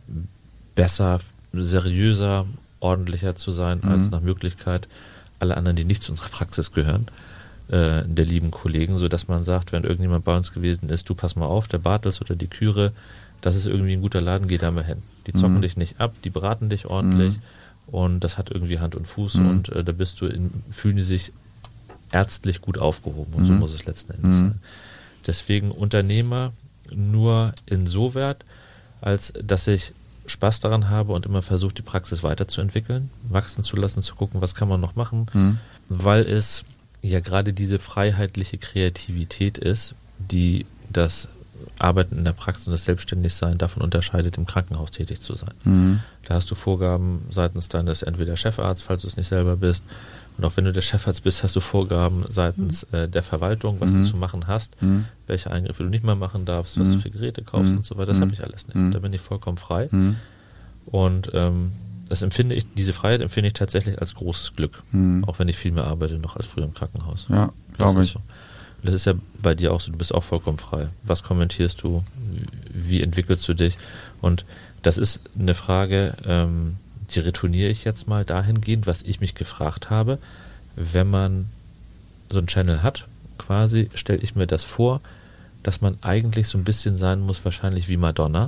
besser, seriöser, ordentlicher zu sein, Mhm. als nach Möglichkeit alle anderen, die nicht zu unserer Praxis gehören, äh, der lieben Kollegen, sodass man sagt, wenn irgendjemand bei uns gewesen ist, du pass mal auf, der Bartels oder die Küre, das ist irgendwie ein guter Laden, geh da mal hin. Die zocken Mhm. dich nicht ab, die beraten dich ordentlich. Mhm. Und das hat irgendwie Hand und Fuß Mhm. und äh, da bist du in, fühlen die sich ärztlich gut aufgehoben und so Mhm. muss es letzten Endes Mhm. sein. Deswegen Unternehmer nur insoweit, als dass ich Spaß daran habe und immer versuche, die Praxis weiterzuentwickeln, wachsen zu lassen, zu gucken, was kann man noch machen, Mhm. weil es ja gerade diese freiheitliche Kreativität ist, die das Arbeiten in der Praxis und das Selbstständigsein davon unterscheidet, im Krankenhaus tätig zu sein. Mhm. Da hast du Vorgaben seitens deines entweder Chefarzt, falls du es nicht selber bist, und auch wenn du der Chefarzt bist, hast du Vorgaben seitens äh, der Verwaltung, was Mhm. du zu machen hast, Mhm. welche Eingriffe du nicht mehr machen darfst, was Mhm. du für Geräte kaufst Mhm. und so weiter. Das Mhm. habe ich alles nicht. Mhm. Da bin ich vollkommen frei. Mhm. Und ähm, das empfinde ich, diese Freiheit empfinde ich tatsächlich als großes Glück, Mhm. auch wenn ich viel mehr arbeite noch als früher im Krankenhaus. Ja, Das glaube ist ich. so. Und das ist ja bei dir auch so, du bist auch vollkommen frei. Was kommentierst du? Wie entwickelst du dich? Und das ist eine Frage, ähm, die retourniere ich jetzt mal dahingehend, was ich mich gefragt habe. Wenn man so einen Channel hat, quasi, stelle ich mir das vor, dass man eigentlich so ein bisschen sein muss, wahrscheinlich wie Madonna,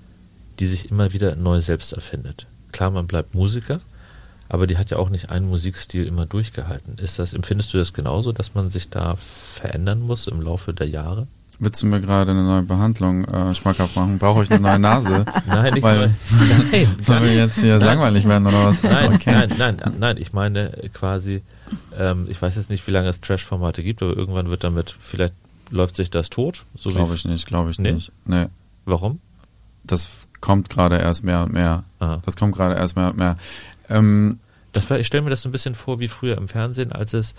die sich immer wieder neu selbst erfindet. Klar, man bleibt Musiker, aber die hat ja auch nicht einen Musikstil immer durchgehalten. Ist das, empfindest du das genauso, dass man sich da verändern muss im Laufe der Jahre? Willst du mir gerade eine neue Behandlung äh, schmackhaft machen? Brauche ich eine neue Nase? Nein, nicht Weil- mal. Nein, Sollen wir jetzt hier Nein. langweilig werden oder was? Nein, Okay. nein, nein, nein, ich meine quasi, ähm, ich weiß jetzt nicht, wie lange es Trash-Formate gibt, aber irgendwann wird damit, vielleicht läuft sich das tot. So Glaube wie, ich nicht, glaube ich Nee? nicht. Nee, Warum? das kommt gerade erst mehr und mehr. Aha. Das kommt gerade erst mehr und mehr. Ähm, Das war, ich stelle mir das so ein bisschen vor wie früher im Fernsehen, als es,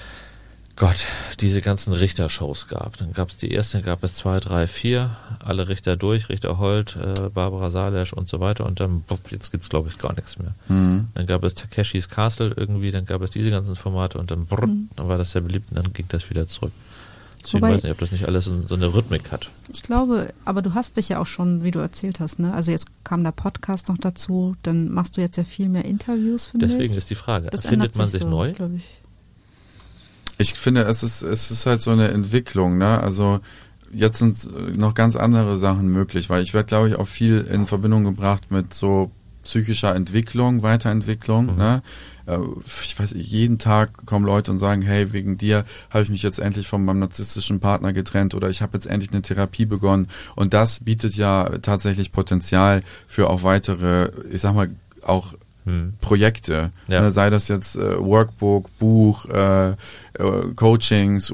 Gott, diese ganzen Richter-Shows gab. Dann gab es die erste, dann gab es zwei, drei, vier, alle Richter durch, Richter Holt, äh, Barbara Salesch und so weiter und dann, bopp, jetzt gibt es glaube ich gar nichts mehr. mhm. Dann gab es Takeshis Castle irgendwie, dann gab es diese ganzen Formate und dann, brrr, Mhm. dann war das sehr beliebt und dann ging das wieder zurück. Deswegen Wobei- weiß ich nicht, ob das nicht alles so, so eine Rhythmik hat. Ich glaube, aber du hast dich ja auch schon, wie du erzählt hast, ne? Also jetzt kam der Podcast noch dazu, dann machst du jetzt ja viel mehr Interviews, finde ich. Deswegen ist die Frage, Das findet ändert man sich so, neu? glaub ich. Ich finde, es ist, es ist halt so eine Entwicklung, ne? Also jetzt sind noch ganz andere Sachen möglich, weil ich werde, glaube ich, auch viel in Verbindung gebracht mit so psychischer Entwicklung, Weiterentwicklung. Mhm. Ne? Ich weiß, jeden Tag kommen Leute und sagen, hey, wegen dir habe ich mich jetzt endlich von meinem narzisstischen Partner getrennt oder ich habe jetzt endlich eine Therapie begonnen. Und das bietet ja tatsächlich Potenzial für auch weitere, ich sag mal, auch hm. Projekte. Ja. Ne, sei das jetzt äh, Workbook, Buch, äh, äh, Coachings,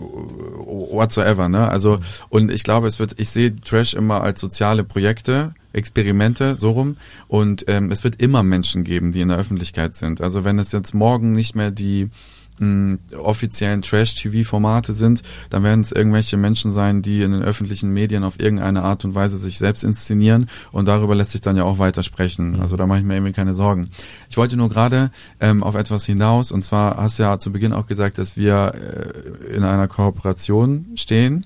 whatsoever. Ne? Also, hm. und ich glaube, es wird, ich sehe Trash immer als soziale Projekte, Experimente, so rum. Und ähm, es wird immer Menschen geben, die in der Öffentlichkeit sind. Also wenn es jetzt morgen nicht mehr die mh, offiziellen Trash-T V-Formate sind, dann werden es irgendwelche Menschen sein, die in den öffentlichen Medien auf irgendeine Art und Weise sich selbst inszenieren. Und darüber lässt sich dann ja auch weiter sprechen. Mhm. Also da mache ich mir irgendwie keine Sorgen. Ich wollte nur gerade ähm, auf etwas hinaus. Und zwar hast du ja zu Beginn auch gesagt, dass wir äh, in einer Kooperation stehen.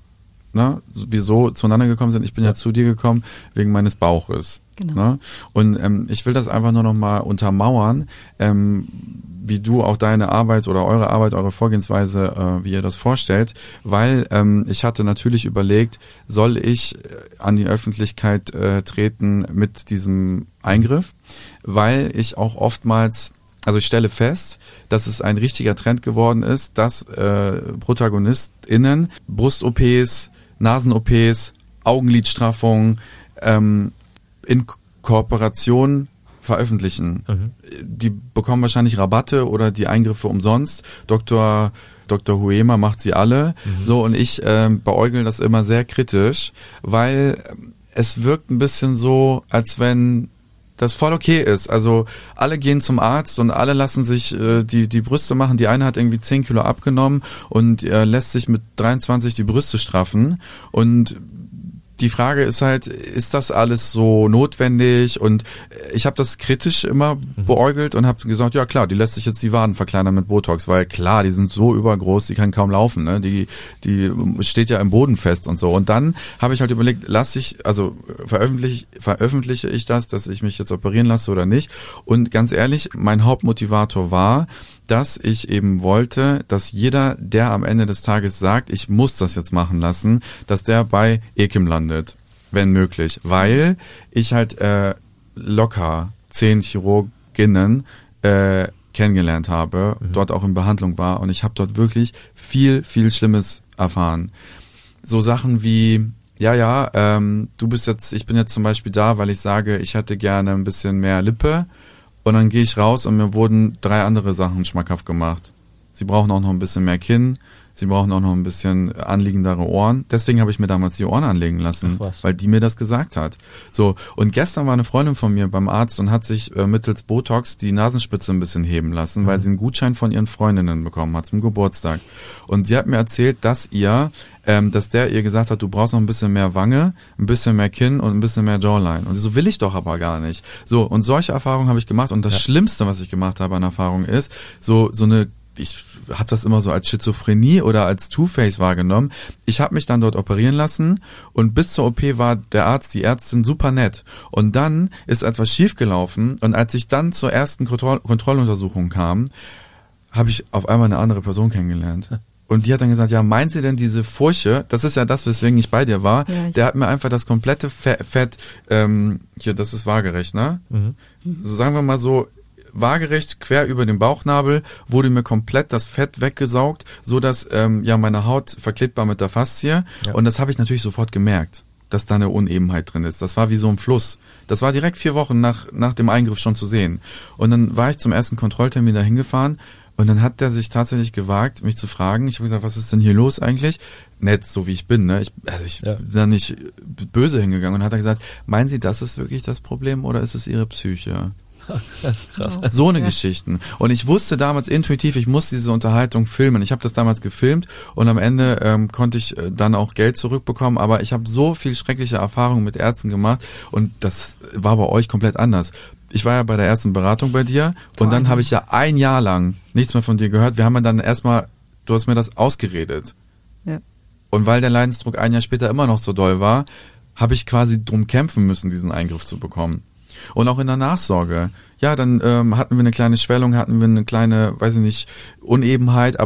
Ne, wieso zueinander gekommen sind. Ich bin ja. ja zu dir gekommen wegen meines Bauches. Genau. Ne? Und ähm, ich will das einfach nur noch mal untermauern, ähm, wie du auch deine Arbeit oder eure Arbeit, eure Vorgehensweise, äh, wie ihr das vorstellt, weil ähm, ich hatte natürlich überlegt, soll ich an die Öffentlichkeit äh, treten mit diesem Eingriff, weil ich auch oftmals Also ich stelle fest, dass es ein richtiger Trend geworden ist, dass äh, ProtagonistInnen Brust-O Ps, Nasen-O Ps, Augenlidstraffung ähm, in Kooperation veröffentlichen. Mhm. Die bekommen wahrscheinlich Rabatte oder die Eingriffe umsonst. Doktor Doktor Huema macht sie alle. Mhm. So, und ich äh, beäugle das immer sehr kritisch, weil es wirkt ein bisschen so, als wenn das voll okay ist. Also alle gehen zum Arzt und alle lassen sich äh, die die Brüste machen. Die eine hat irgendwie zehn Kilo abgenommen und äh, lässt sich mit dreiundzwanzig die Brüste straffen. Und die Frage ist halt, ist das alles so notwendig? Und ich habe das kritisch immer beäugelt und habe gesagt, ja klar, die lässt sich jetzt die Waden verkleinern mit Botox, weil klar, die sind so übergroß, die kann kaum laufen, ne? Die die steht ja im Boden fest und so. Und dann habe ich halt überlegt, lasse ich, also veröffentliche veröffentliche ich das, dass ich mich jetzt operieren lasse oder nicht? Und ganz ehrlich, mein Hauptmotivator war, dass ich eben wollte, dass jeder, der am Ende des Tages sagt, ich muss das jetzt machen lassen, dass der bei Ekim landet, wenn möglich. Weil ich halt äh, locker zehn Chirurginnen äh, kennengelernt habe, mhm. dort auch in Behandlung war und ich habe dort wirklich viel, viel Schlimmes erfahren. So Sachen wie, ja, ja, ähm, du bist jetzt, ich bin jetzt zum Beispiel da, weil ich sage, ich hätte gerne ein bisschen mehr Lippe. Und dann gehe ich raus und mir wurden drei andere Sachen schmackhaft gemacht. Sie brauchen auch noch ein bisschen mehr Kinn, sie brauchen auch noch ein bisschen anliegendere Ohren. Deswegen habe ich mir damals die Ohren anlegen lassen, weil die mir das gesagt hat. So, und gestern war eine Freundin von mir beim Arzt und hat sich äh, mittels Botox die Nasenspitze ein bisschen heben lassen, mhm. weil sie einen Gutschein von ihren Freundinnen bekommen hat zum Geburtstag. Und sie hat mir erzählt, dass ihr Ähm, dass der ihr gesagt hat, du brauchst noch ein bisschen mehr Wange, ein bisschen mehr Kinn und ein bisschen mehr Jawline. Und so will ich doch aber gar nicht. So, und solche Erfahrungen habe ich gemacht und das ja. Schlimmste, was ich gemacht habe an Erfahrung ist, so so eine, ich habe das immer so als Schizophrenie oder als Two-Face wahrgenommen. Ich habe mich dann dort operieren lassen und bis zur O P war der Arzt, die Ärztin super nett. Und dann ist etwas schiefgelaufen und als ich dann zur ersten Kontroll- Kontrolluntersuchung kam, habe ich auf einmal eine andere Person kennengelernt. Und die hat dann gesagt, ja, meint sie denn diese Furche, das ist ja das, weswegen ich bei dir war, ja, der hat mir einfach das komplette Fett, Fett ähm, hier, das ist waagerecht, ne? Mhm. So sagen wir mal so, waagerecht quer über den Bauchnabel wurde mir komplett das Fett weggesaugt, so dass ähm, ja meine Haut verklebbar mit der Faszie. Ja. Und das habe ich natürlich sofort gemerkt, dass da eine Unebenheit drin ist. Das war wie so ein Fluss. Das war direkt vier Wochen nach nach dem Eingriff schon zu sehen. Und dann war ich zum ersten Kontrolltermin da hingefahren. Und dann hat der sich tatsächlich gewagt, mich zu fragen. Ich habe gesagt, was ist denn hier los eigentlich? Nett, so wie ich bin, ne? Ich, also ich ja. bin da nicht böse hingegangen und hat er gesagt, meinen Sie, das ist wirklich das Problem oder ist es Ihre Psyche? Krass. So eine ja. Geschichten. Und ich wusste damals intuitiv, ich muss diese Unterhaltung filmen. Ich habe das damals gefilmt und am Ende ähm, konnte ich äh, dann auch Geld zurückbekommen. Aber ich habe so viel schreckliche Erfahrungen mit Ärzten gemacht und das war bei euch komplett anders. Ich war ja bei der ersten Beratung bei dir und dann habe ich ja ein Jahr lang nichts mehr von dir gehört. Wir haben dann erstmal, du hast mir das ausgeredet. Ja. Und weil der Leidensdruck ein Jahr später immer noch so doll war, habe ich quasi drum kämpfen müssen, diesen Eingriff zu bekommen. Und auch in der Nachsorge. Ja, dann ähm, hatten wir eine kleine Schwellung, hatten wir eine kleine, weiß ich nicht, Unebenheit, aber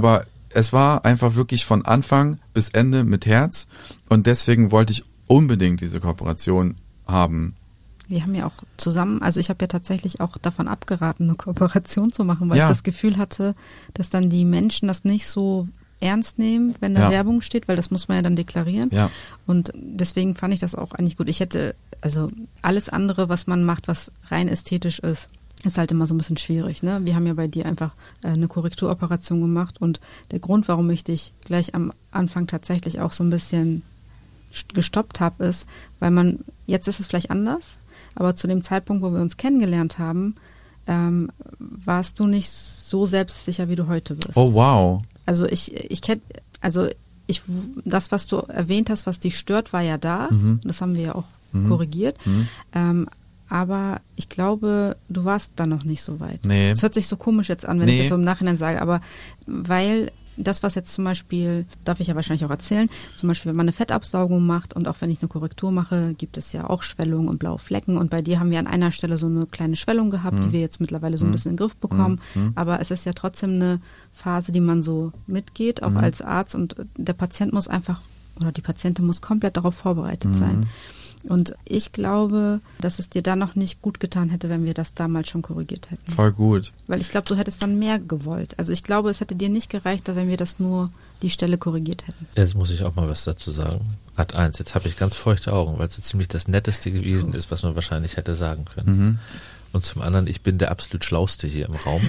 es war einfach wirklich von Anfang bis Ende mit Herz und deswegen wollte ich unbedingt diese Kooperation haben. Wir haben ja auch zusammen, also ich habe ja tatsächlich auch davon abgeraten, eine Kooperation zu machen, weil ja. ich das Gefühl hatte, dass dann die Menschen das nicht so ernst nehmen, wenn da ja. Werbung steht, weil das muss man ja dann deklarieren. Ja. Und deswegen fand ich das auch eigentlich gut. Ich hätte, also alles andere, was man macht, was rein ästhetisch ist, ist halt immer so ein bisschen schwierig. Ne? Wir haben ja bei dir einfach äh, eine Korrekturoperation gemacht und der Grund, warum ich dich gleich am Anfang tatsächlich auch so ein bisschen gestoppt habe, ist, weil man, jetzt ist es vielleicht anders, aber zu dem Zeitpunkt, wo wir uns kennengelernt haben, ähm, warst du nicht so selbstsicher, wie du heute bist. Oh, wow. Also ich, ich kenne, also ich, das, was du erwähnt hast, was dich stört, war ja da. Mhm. Das haben wir ja auch Mhm. korrigiert. Mhm. Ähm, aber ich glaube, du warst da noch nicht so weit. Nee. Es hört sich so komisch jetzt an, wenn Nee. ich das so im Nachhinein sage, aber weil das, was jetzt zum Beispiel, darf ich ja wahrscheinlich auch erzählen, zum Beispiel, wenn man eine Fettabsaugung macht und auch wenn ich eine Korrektur mache, gibt es ja auch Schwellungen und blaue Flecken und bei dir haben wir an einer Stelle so eine kleine Schwellung gehabt, Mhm. die wir jetzt mittlerweile so ein Mhm. bisschen in den Griff bekommen, Mhm. aber es ist ja trotzdem eine Phase, die man so mitgeht, auch Mhm. als Arzt und der Patient muss einfach, oder die Patientin muss komplett darauf vorbereitet Mhm. sein. Und ich glaube, dass es dir dann noch nicht gut getan hätte, wenn wir das damals schon korrigiert hätten. Voll gut. Weil ich glaube, du hättest dann mehr gewollt. Also ich glaube, es hätte dir nicht gereicht, wenn wir das nur die Stelle korrigiert hätten. Jetzt muss ich auch mal was dazu sagen. Ad eins, jetzt habe ich ganz feuchte Augen, weil es so ziemlich das Netteste gewesen ist, was man wahrscheinlich hätte sagen können. Mhm. Und zum anderen, ich bin der absolut Schlauste hier im Raum.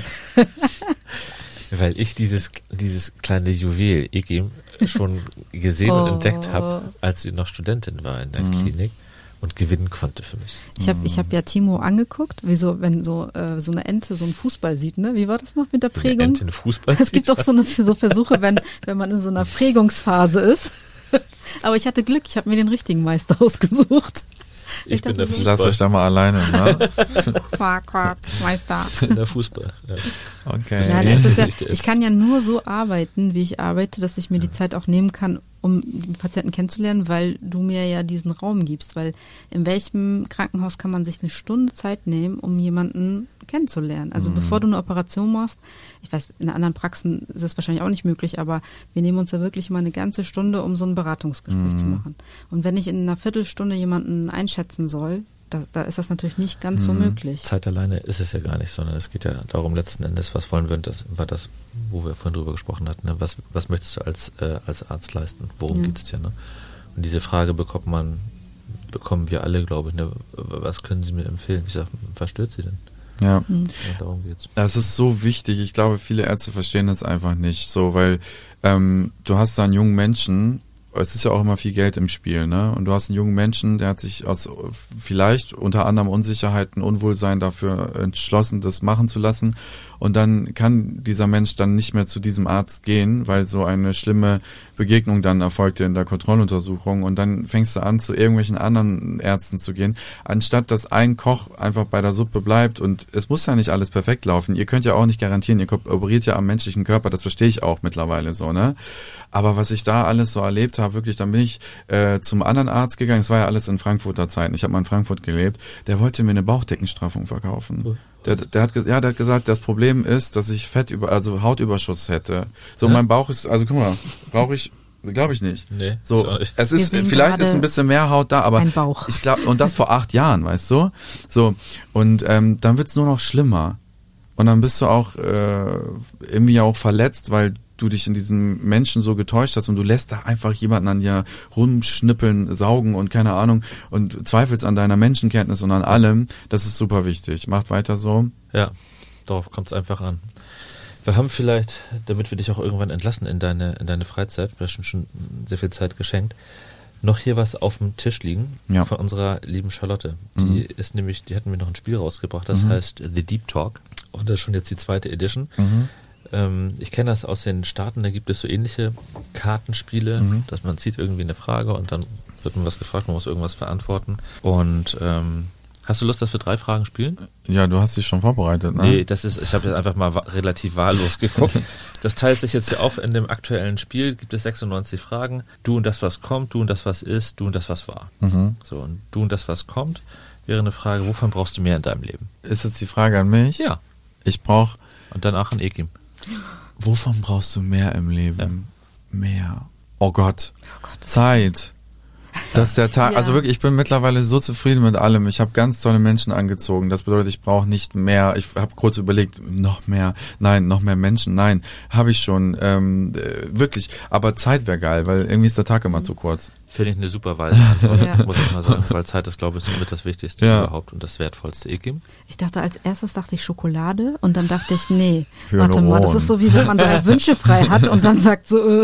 Weil ich dieses, dieses kleine Juwel, Egim, schon gesehen Oh. und entdeckt habe, als sie noch Studentin war in der Mhm. Klinik und gewinnen konnte für mich. Ich habe ich hab ja Timo angeguckt, wie so, wenn so, äh, so eine Ente so einen Fußball sieht, ne? Wie war das noch mit der Wenn eine Prägung? Ente einen Fußball Es gibt sieht. doch so, eine, so Versuche, wenn, wenn man in so einer Prägungsphase ist. Aber ich hatte Glück, ich habe mir den richtigen Meister ausgesucht. Ich, ich bin dachte der so- Lasst Fußball. euch da mal alleine, ne? Quack, quack, Meister. Ich bin der Fußball. Ja. Okay. Ja, das ist ja, Richtig. ich kann ja nur so arbeiten, wie ich arbeite, dass ich mir die Zeit auch nehmen kann, um die Patienten kennenzulernen, weil du mir ja diesen Raum gibst. Weil in welchem Krankenhaus kann man sich eine Stunde Zeit nehmen, um jemanden kennenzulernen? Also Mhm. bevor du eine Operation machst, ich weiß, in anderen Praxen ist es wahrscheinlich auch nicht möglich, aber wir nehmen uns ja wirklich mal eine ganze Stunde, um so ein Beratungsgespräch Mhm. zu machen. Und wenn ich in einer Viertelstunde jemanden einschätzen soll, da, da ist das natürlich nicht ganz so Mhm. möglich. Zeit alleine ist es ja gar nicht, sondern es geht ja darum letzten Endes, was wollen wir, und das war das, wo wir vorhin drüber gesprochen hatten, ne? was, was möchtest du als, äh, als Arzt leisten, worum Ja. geht's dir, ne? Und diese Frage bekommt man, bekommen wir alle, glaube ich, ne? Was können Sie mir empfehlen? Ich sage, was stört Sie denn? Ja. Mhm. Ja, darum geht's. Das ist so wichtig. Ich glaube, viele Ärzte verstehen das einfach nicht. So, weil ähm, du hast da einen jungen Menschen, es ist ja auch immer viel Geld im Spiel, ne? Und du hast einen jungen Menschen, der hat sich aus vielleicht unter anderem Unsicherheiten, Unwohlsein dafür entschlossen, das machen zu lassen. Und dann kann dieser Mensch dann nicht mehr zu diesem Arzt gehen, weil so eine schlimme Begegnung dann erfolgte in der Kontrolluntersuchung. Und dann fängst du an, zu irgendwelchen anderen Ärzten zu gehen, anstatt dass ein Koch einfach bei der Suppe bleibt. Und es muss ja nicht alles perfekt laufen. Ihr könnt ja auch nicht garantieren, ihr operiert ja am menschlichen Körper, das verstehe ich auch mittlerweile so, ne? Aber was ich da alles so erlebt habe, wirklich, dann bin ich äh, zum anderen Arzt gegangen, das war ja alles in Frankfurter Zeiten, ich habe mal in Frankfurt gelebt, der wollte mir eine Bauchdeckenstraffung verkaufen. Cool. Der, der hat, ge- ja, der hat gesagt, das Problem ist, dass ich Fett über, also Hautüberschuss hätte. So, Ja? mein Bauch ist, also guck mal, brauche ich, glaube ich nicht. Nee, ich So, auch nicht. es Wir ist, sehen vielleicht gerade ist ein bisschen mehr Haut da, aber ein Bauch. ich glaube, und das vor acht Jahren, weißt du? So, und ähm, dann wird's nur noch schlimmer. Und dann bist du auch äh, irgendwie auch verletzt, weil du dich in diesen Menschen so getäuscht hast und du lässt da einfach jemanden an dir rumschnippeln, saugen und keine Ahnung und zweifelst an deiner Menschenkenntnis und an allem. Das ist super wichtig. Macht weiter so. Ja, darauf kommt es einfach an. Wir haben vielleicht, damit wir dich auch irgendwann entlassen in deine, in deine Freizeit, wir haben schon sehr viel Zeit geschenkt, noch hier was auf dem Tisch liegen Ja. von unserer lieben Charlotte. Die Mhm. ist nämlich, die hatten mir noch ein Spiel rausgebracht, das Mhm. heißt The Deep Talk. Und das ist schon jetzt die zweite Edition. Mhm. Ähm, ich kenne das aus den Staaten, da gibt es so ähnliche Kartenspiele, Mhm. dass man zieht irgendwie eine Frage und dann wird man was gefragt, man muss irgendwas verantworten. Und ähm, hast du Lust, dass wir drei Fragen spielen? Ja, du hast dich schon vorbereitet, ne? Nee, das ist, ich habe jetzt einfach mal wa- relativ wahllos geguckt. Das teilt sich jetzt hier auf. In dem aktuellen Spiel gibt es sechsundneunzig Fragen. Du und das, was kommt, du und das, was ist, du und das, was war. Mhm. So, und du und das, was kommt, wäre eine Frage, wovon brauchst du mehr in deinem Leben? Ist jetzt die Frage an mich? Ja. Ich brauche Und danach an Ekim. Wovon brauchst du mehr im Leben? Ja. Mehr. Oh Gott. Oh Gott. Zeit. Das ist der Tag, Ja. also wirklich, ich bin mittlerweile so zufrieden mit allem. Ich habe ganz tolle Menschen angezogen. Das bedeutet, ich brauche nicht mehr. Ich habe kurz überlegt, noch mehr, nein, noch mehr Menschen, nein, habe ich schon, ähm, äh, wirklich. Aber Zeit wäre geil, weil irgendwie ist der Tag immer zu kurz. Finde ich eine super weise Antwort, Ja. muss ich mal sagen, weil Zeit ist, glaube ich, somit das Wichtigste Ja. überhaupt und das Wertvollste. Ekim? Ich dachte als erstes dachte ich Schokolade und dann dachte ich, nee, Hyaluron. warte mal, das ist so wie wenn man drei Wünsche frei hat und dann sagt so, äh.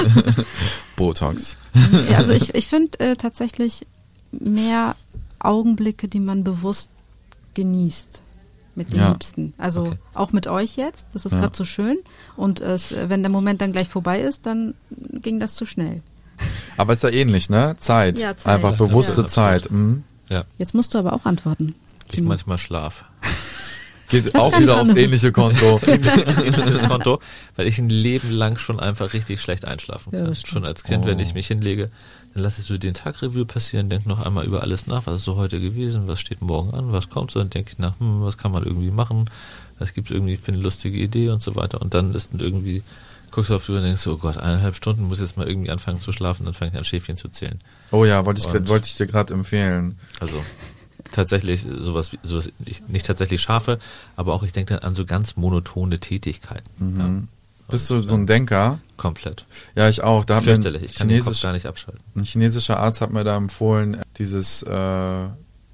Botox. Ja, also ich, ich finde äh, tatsächlich mehr Augenblicke, die man bewusst genießt mit den Ja. Liebsten. Also Okay. auch mit euch jetzt, das ist Ja. gerade so schön und es, wenn der Moment dann gleich vorbei ist, dann ging das zu schnell. Aber ist ja ähnlich, ne? Zeit. Ja, Zeit. Einfach Ja, bewusste ja, Zeit. Mhm. Ja, Jetzt musst du aber auch antworten. ich Timo. manchmal schlaf. Geht Das auch kann wieder ich aufs auch nicht. ähnliche Konto. Ähnliches Konto, weil ich ein Leben lang schon einfach richtig schlecht einschlafen Ja, kann. das stimmt. Schon als Kind, Oh. wenn ich mich hinlege, dann lasse ich so den Tagrevue passieren, denke noch einmal über alles nach, was ist so heute gewesen, was steht morgen an, was kommt so, dann denke ich nach, hm, was kann man irgendwie machen, was gibt es irgendwie für eine lustige Idee und so weiter. Und dann ist dann irgendwie, guckst du auf die Uhr und denkst, oh Gott, eineinhalb Stunden, muss jetzt mal irgendwie anfangen zu schlafen, dann fange ich an Schäfchen zu zählen. Oh ja, wollte ich, Und- wollte ich dir gerade empfehlen. Also tatsächlich sowas, wie- sowas ich, nicht tatsächlich Schafe, aber auch ich denke dann an so ganz monotone Tätigkeiten. Mhm. Bist du so ein Denker? Ja, komplett. Ja, ich auch. Da hat mir ein, Fürchterlich, ich kann den Kopf Chinesisch, gar nicht abschalten. ein chinesischer Arzt hat mir da empfohlen, dieses äh,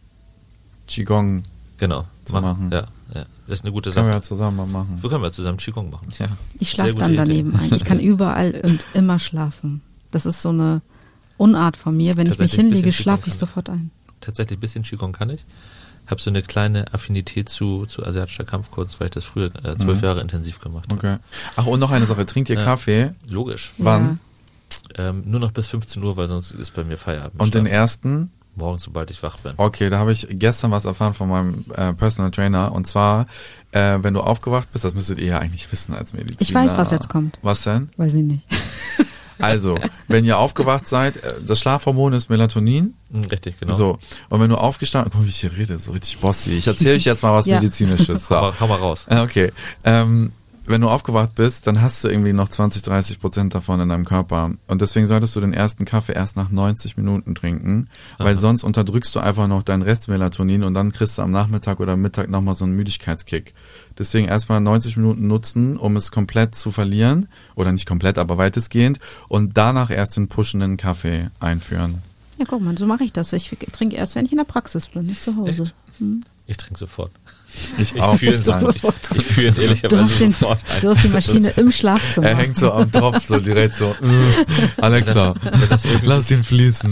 Qigong. Genau. Zu Mach- machen. Ja, ja, das ist eine gute Können wir Sache. ja zusammen mal machen. So können wir zusammen Qigong machen. Ja. Ich Sehr schlafe gute dann Idee. daneben ein. Ich kann überall und immer schlafen. Das ist so eine Unart von mir. Wenn ich mich Tatsächlich ein hinlege, bisschen schlafe ich Qigong sofort ein. Tatsächlich ein bisschen Qigong kann ich. Habe so eine kleine Affinität zu, zu asiatischer Kampfkunst, weil ich das früher äh, zwölf Mhm. Jahre intensiv gemacht habe. Okay. Ach, und noch eine Sache. Trinkt ihr Ja. Kaffee? Logisch. Wann? Ähm, nur noch bis fünfzehn Uhr, weil sonst ist bei mir Feierabend. Und den Schlafen. ersten? Morgens, sobald ich wach bin. Okay, da habe ich gestern was erfahren von meinem äh, Personal Trainer. Und zwar, äh, wenn du aufgewacht bist, das müsstet ihr ja eigentlich wissen als Mediziner. Ich weiß, was jetzt kommt. Was denn? Weiß ich nicht. Also, wenn ihr aufgewacht seid, äh, das Schlafhormon ist Melatonin. Hm, Richtig, genau. So. Und wenn du aufgestanden, guck, wie ich hier rede, so richtig bossy. Ich erzähle euch jetzt mal was Ja. Medizinisches. So. Hau, mal, hau mal raus. Ah, okay. Ähm, wenn du aufgewacht bist, dann hast du irgendwie noch zwanzig, dreißig Prozent davon in deinem Körper. Und deswegen solltest du den ersten Kaffee erst nach neunzig Minuten trinken, weil Aha. sonst unterdrückst du einfach noch dein Restmelatonin und dann kriegst du am Nachmittag oder Mittag nochmal so einen Müdigkeitskick. Deswegen erstmal neunzig Minuten nutzen, um es komplett zu verlieren. Oder nicht komplett, aber weitestgehend. Und danach erst den pushenden Kaffee einführen. Ja, guck mal, so mache ich das. Ich trinke erst, wenn ich in der Praxis bin, nicht zu Hause. Echt? Hm. Ich trinke sofort. Ich Ich auch. fühle ihn, so, Nein. ich, ich fühle ihn Du ehrlicherweise hast, den, sofort ein. du hast die Maschine im Schlafzimmer. Er hängt so am Tropf, so direkt so. äh, Alexa, lass ihn fließen.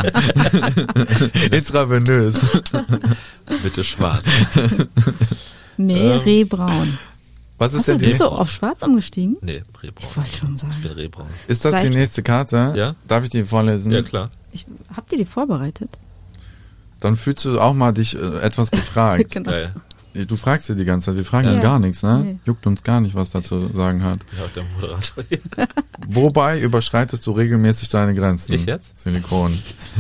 Intravenös. Bitte schwarz. Nee, Ähm, Rehbraun. Was ist Achso, denn die? bist du auf schwarz umgestiegen? Nee, Rehbraun. Ich wollte schon sagen. Ich bin Rehbraun. Ist das die Seit- nächste Karte? Ja. Darf ich die vorlesen? Ja, klar. Ich, habt ihr die vorbereitet? Dann fühlst du auch mal dich äh, etwas gefragt. Genau. Geil. Du fragst sie die ganze Zeit. Wir fragen Ja. ihn gar nichts, ne? Nee. Juckt uns gar nicht, was er zu sagen hat. Ja, der Moderator hier. Wobei überschreitest du regelmäßig deine Grenzen? Ich jetzt? Silikon.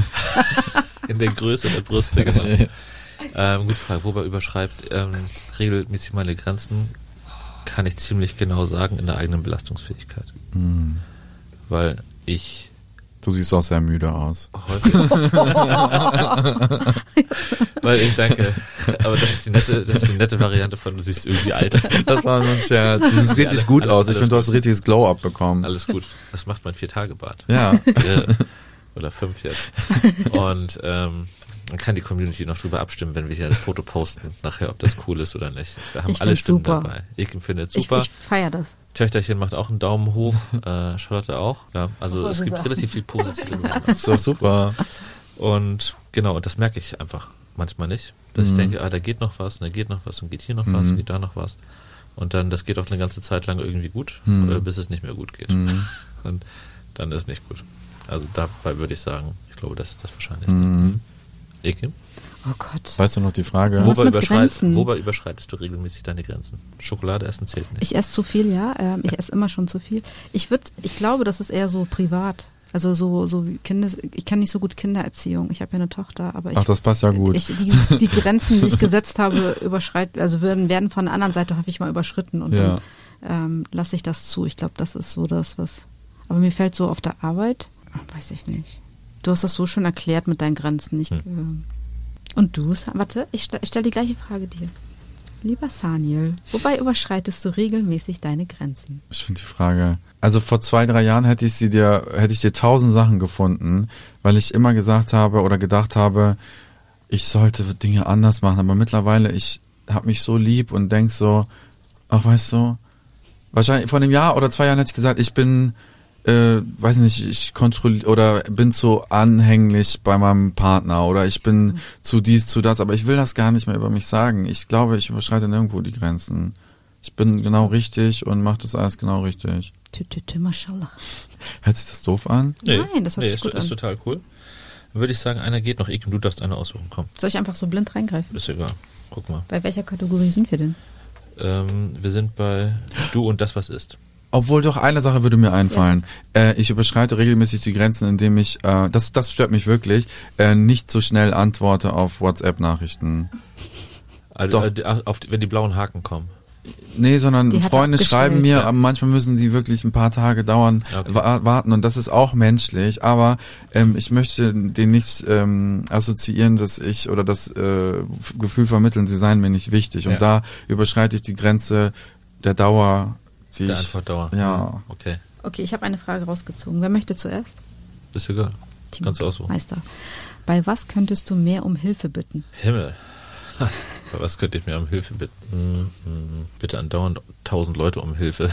In der Größe der Brüste, genau. ähm, gute Frage. Wobei überschreibt ähm, regelmäßig meine Grenzen, kann ich ziemlich genau sagen, in der eigenen Belastungsfähigkeit. Hm. Weil ich Du siehst auch sehr müde aus. häufig... Weil ich danke. Aber das ist die nette, das ist die nette Variante von, du siehst irgendwie alt. Das war nur ein Scherz. Du siehst richtig Alles- gut alles- aus. Ich alles finde, du hast gut. ein richtiges Glow-Up bekommen. Alles gut. Das macht mein Vier-Tage-Bad. Ja. Äh, Oder fünf jetzt. Und ähm, dann kann die Community noch drüber abstimmen, wenn wir hier das Foto posten, nachher, ob das cool ist oder nicht. Wir haben Ich alle find's Stimmen super. dabei. Ich finde es Ich, super. ich feiere das. Töchterchen macht auch einen Daumen hoch, äh, Charlotte auch. Ja, also Was es soll gibt sie sagen? relativ viel positive Bemerkungen. Das ist doch super. Und genau, und das merke ich einfach manchmal nicht. Dass Mhm. ich denke, ah, da geht noch was, und da geht noch was, und geht hier noch was, Mhm. und geht da noch was. Und dann, das geht auch eine ganze Zeit lang irgendwie gut, Mhm. äh, bis es nicht mehr gut geht. Mhm. Und dann ist nicht gut. Also dabei würde ich sagen, ich glaube, das ist das Wahrscheinlichste. Mhm. Eke? Oh Gott. Weißt du noch die Frage? Was Wobei, mit überschreit, Grenzen? wobei überschreitest du regelmäßig deine Grenzen? Schokolade essen zählt nicht. Ich esse zu viel, ja. Ähm, ich esse immer schon zu viel. Ich würde, ich glaube, das ist eher so privat. Also so, so wie Kindes, ich kann nicht so gut Kindererziehung. Ich habe ja eine Tochter, aber ich, Ach, das passt ja gut. ich die, die Grenzen, die ich gesetzt habe, überschreiten, also werden, werden von der anderen Seite häufig mal überschritten und Ja. dann ähm, lasse ich das zu. Ich glaube, das ist so das, was... Aber mir fällt so auf der Arbeit, ach, weiß ich nicht. Du hast das so schon erklärt mit deinen Grenzen. Ich, hm. äh, und du, warte, ich stelle stell die gleiche Frage dir. Lieber Saniel, wobei überschreitest du regelmäßig deine Grenzen? Ich finde die Frage, also vor zwei, drei Jahren hätte ich sie dir, hätte ich dir tausend Sachen gefunden, weil ich immer gesagt habe oder gedacht habe, ich sollte Dinge anders machen, aber mittlerweile, ich habe mich so lieb und denk so, ach, weißt du, wahrscheinlich vor einem Jahr oder zwei Jahren hätte ich gesagt, ich bin, äh, weiß nicht, ich kontrolliere oder bin zu anhänglich bei meinem Partner oder ich bin mhm. zu dies, zu das, aber ich will das gar nicht mehr über mich sagen. Ich glaube, ich überschreite nirgendwo die Grenzen. Ich bin genau richtig und mache das alles genau richtig. Tü, tü, tü, mashallah. Hört sich das doof an? Nee, Nein, das hört nee, sich ist, gut ist an. total cool. Dann würde ich sagen, einer geht noch, Ikem, du darfst eine aussuchen, komm. Soll ich einfach so blind reingreifen? Ist egal, guck mal. Bei welcher Kategorie sind wir denn? Ähm, wir sind bei du und das, was ist. Obwohl doch eine Sache würde mir einfallen. Äh, ich überschreite regelmäßig die Grenzen, indem ich, äh, das, das stört mich wirklich, äh, nicht so schnell antworte auf WhatsApp-Nachrichten. Also, Doch. äh, auf, wenn die blauen Haken kommen. Nee, sondern Die hat Freunde abgestellt, schreiben mir, ja. aber manchmal müssen die wirklich ein paar Tage dauern, Okay. wa- warten und das ist auch menschlich, aber ähm, ich möchte denen nicht ähm, assoziieren, dass ich oder das äh, F- Gefühl vermitteln, sie seien mir nicht wichtig und Ja. da überschreite ich die Grenze der Dauer, die Der ich, Antwortdauer. ja. Okay, Okay, ich habe eine Frage rausgezogen. Wer möchte zuerst? ist egal. Timo, Kannst du aussuchen. Meister. Bei was könntest du mehr um Hilfe bitten? Himmel. Ha, bei was könnte ich mir um Hilfe bitten? Hm, hm, bitte andauernd tausend Leute um Hilfe.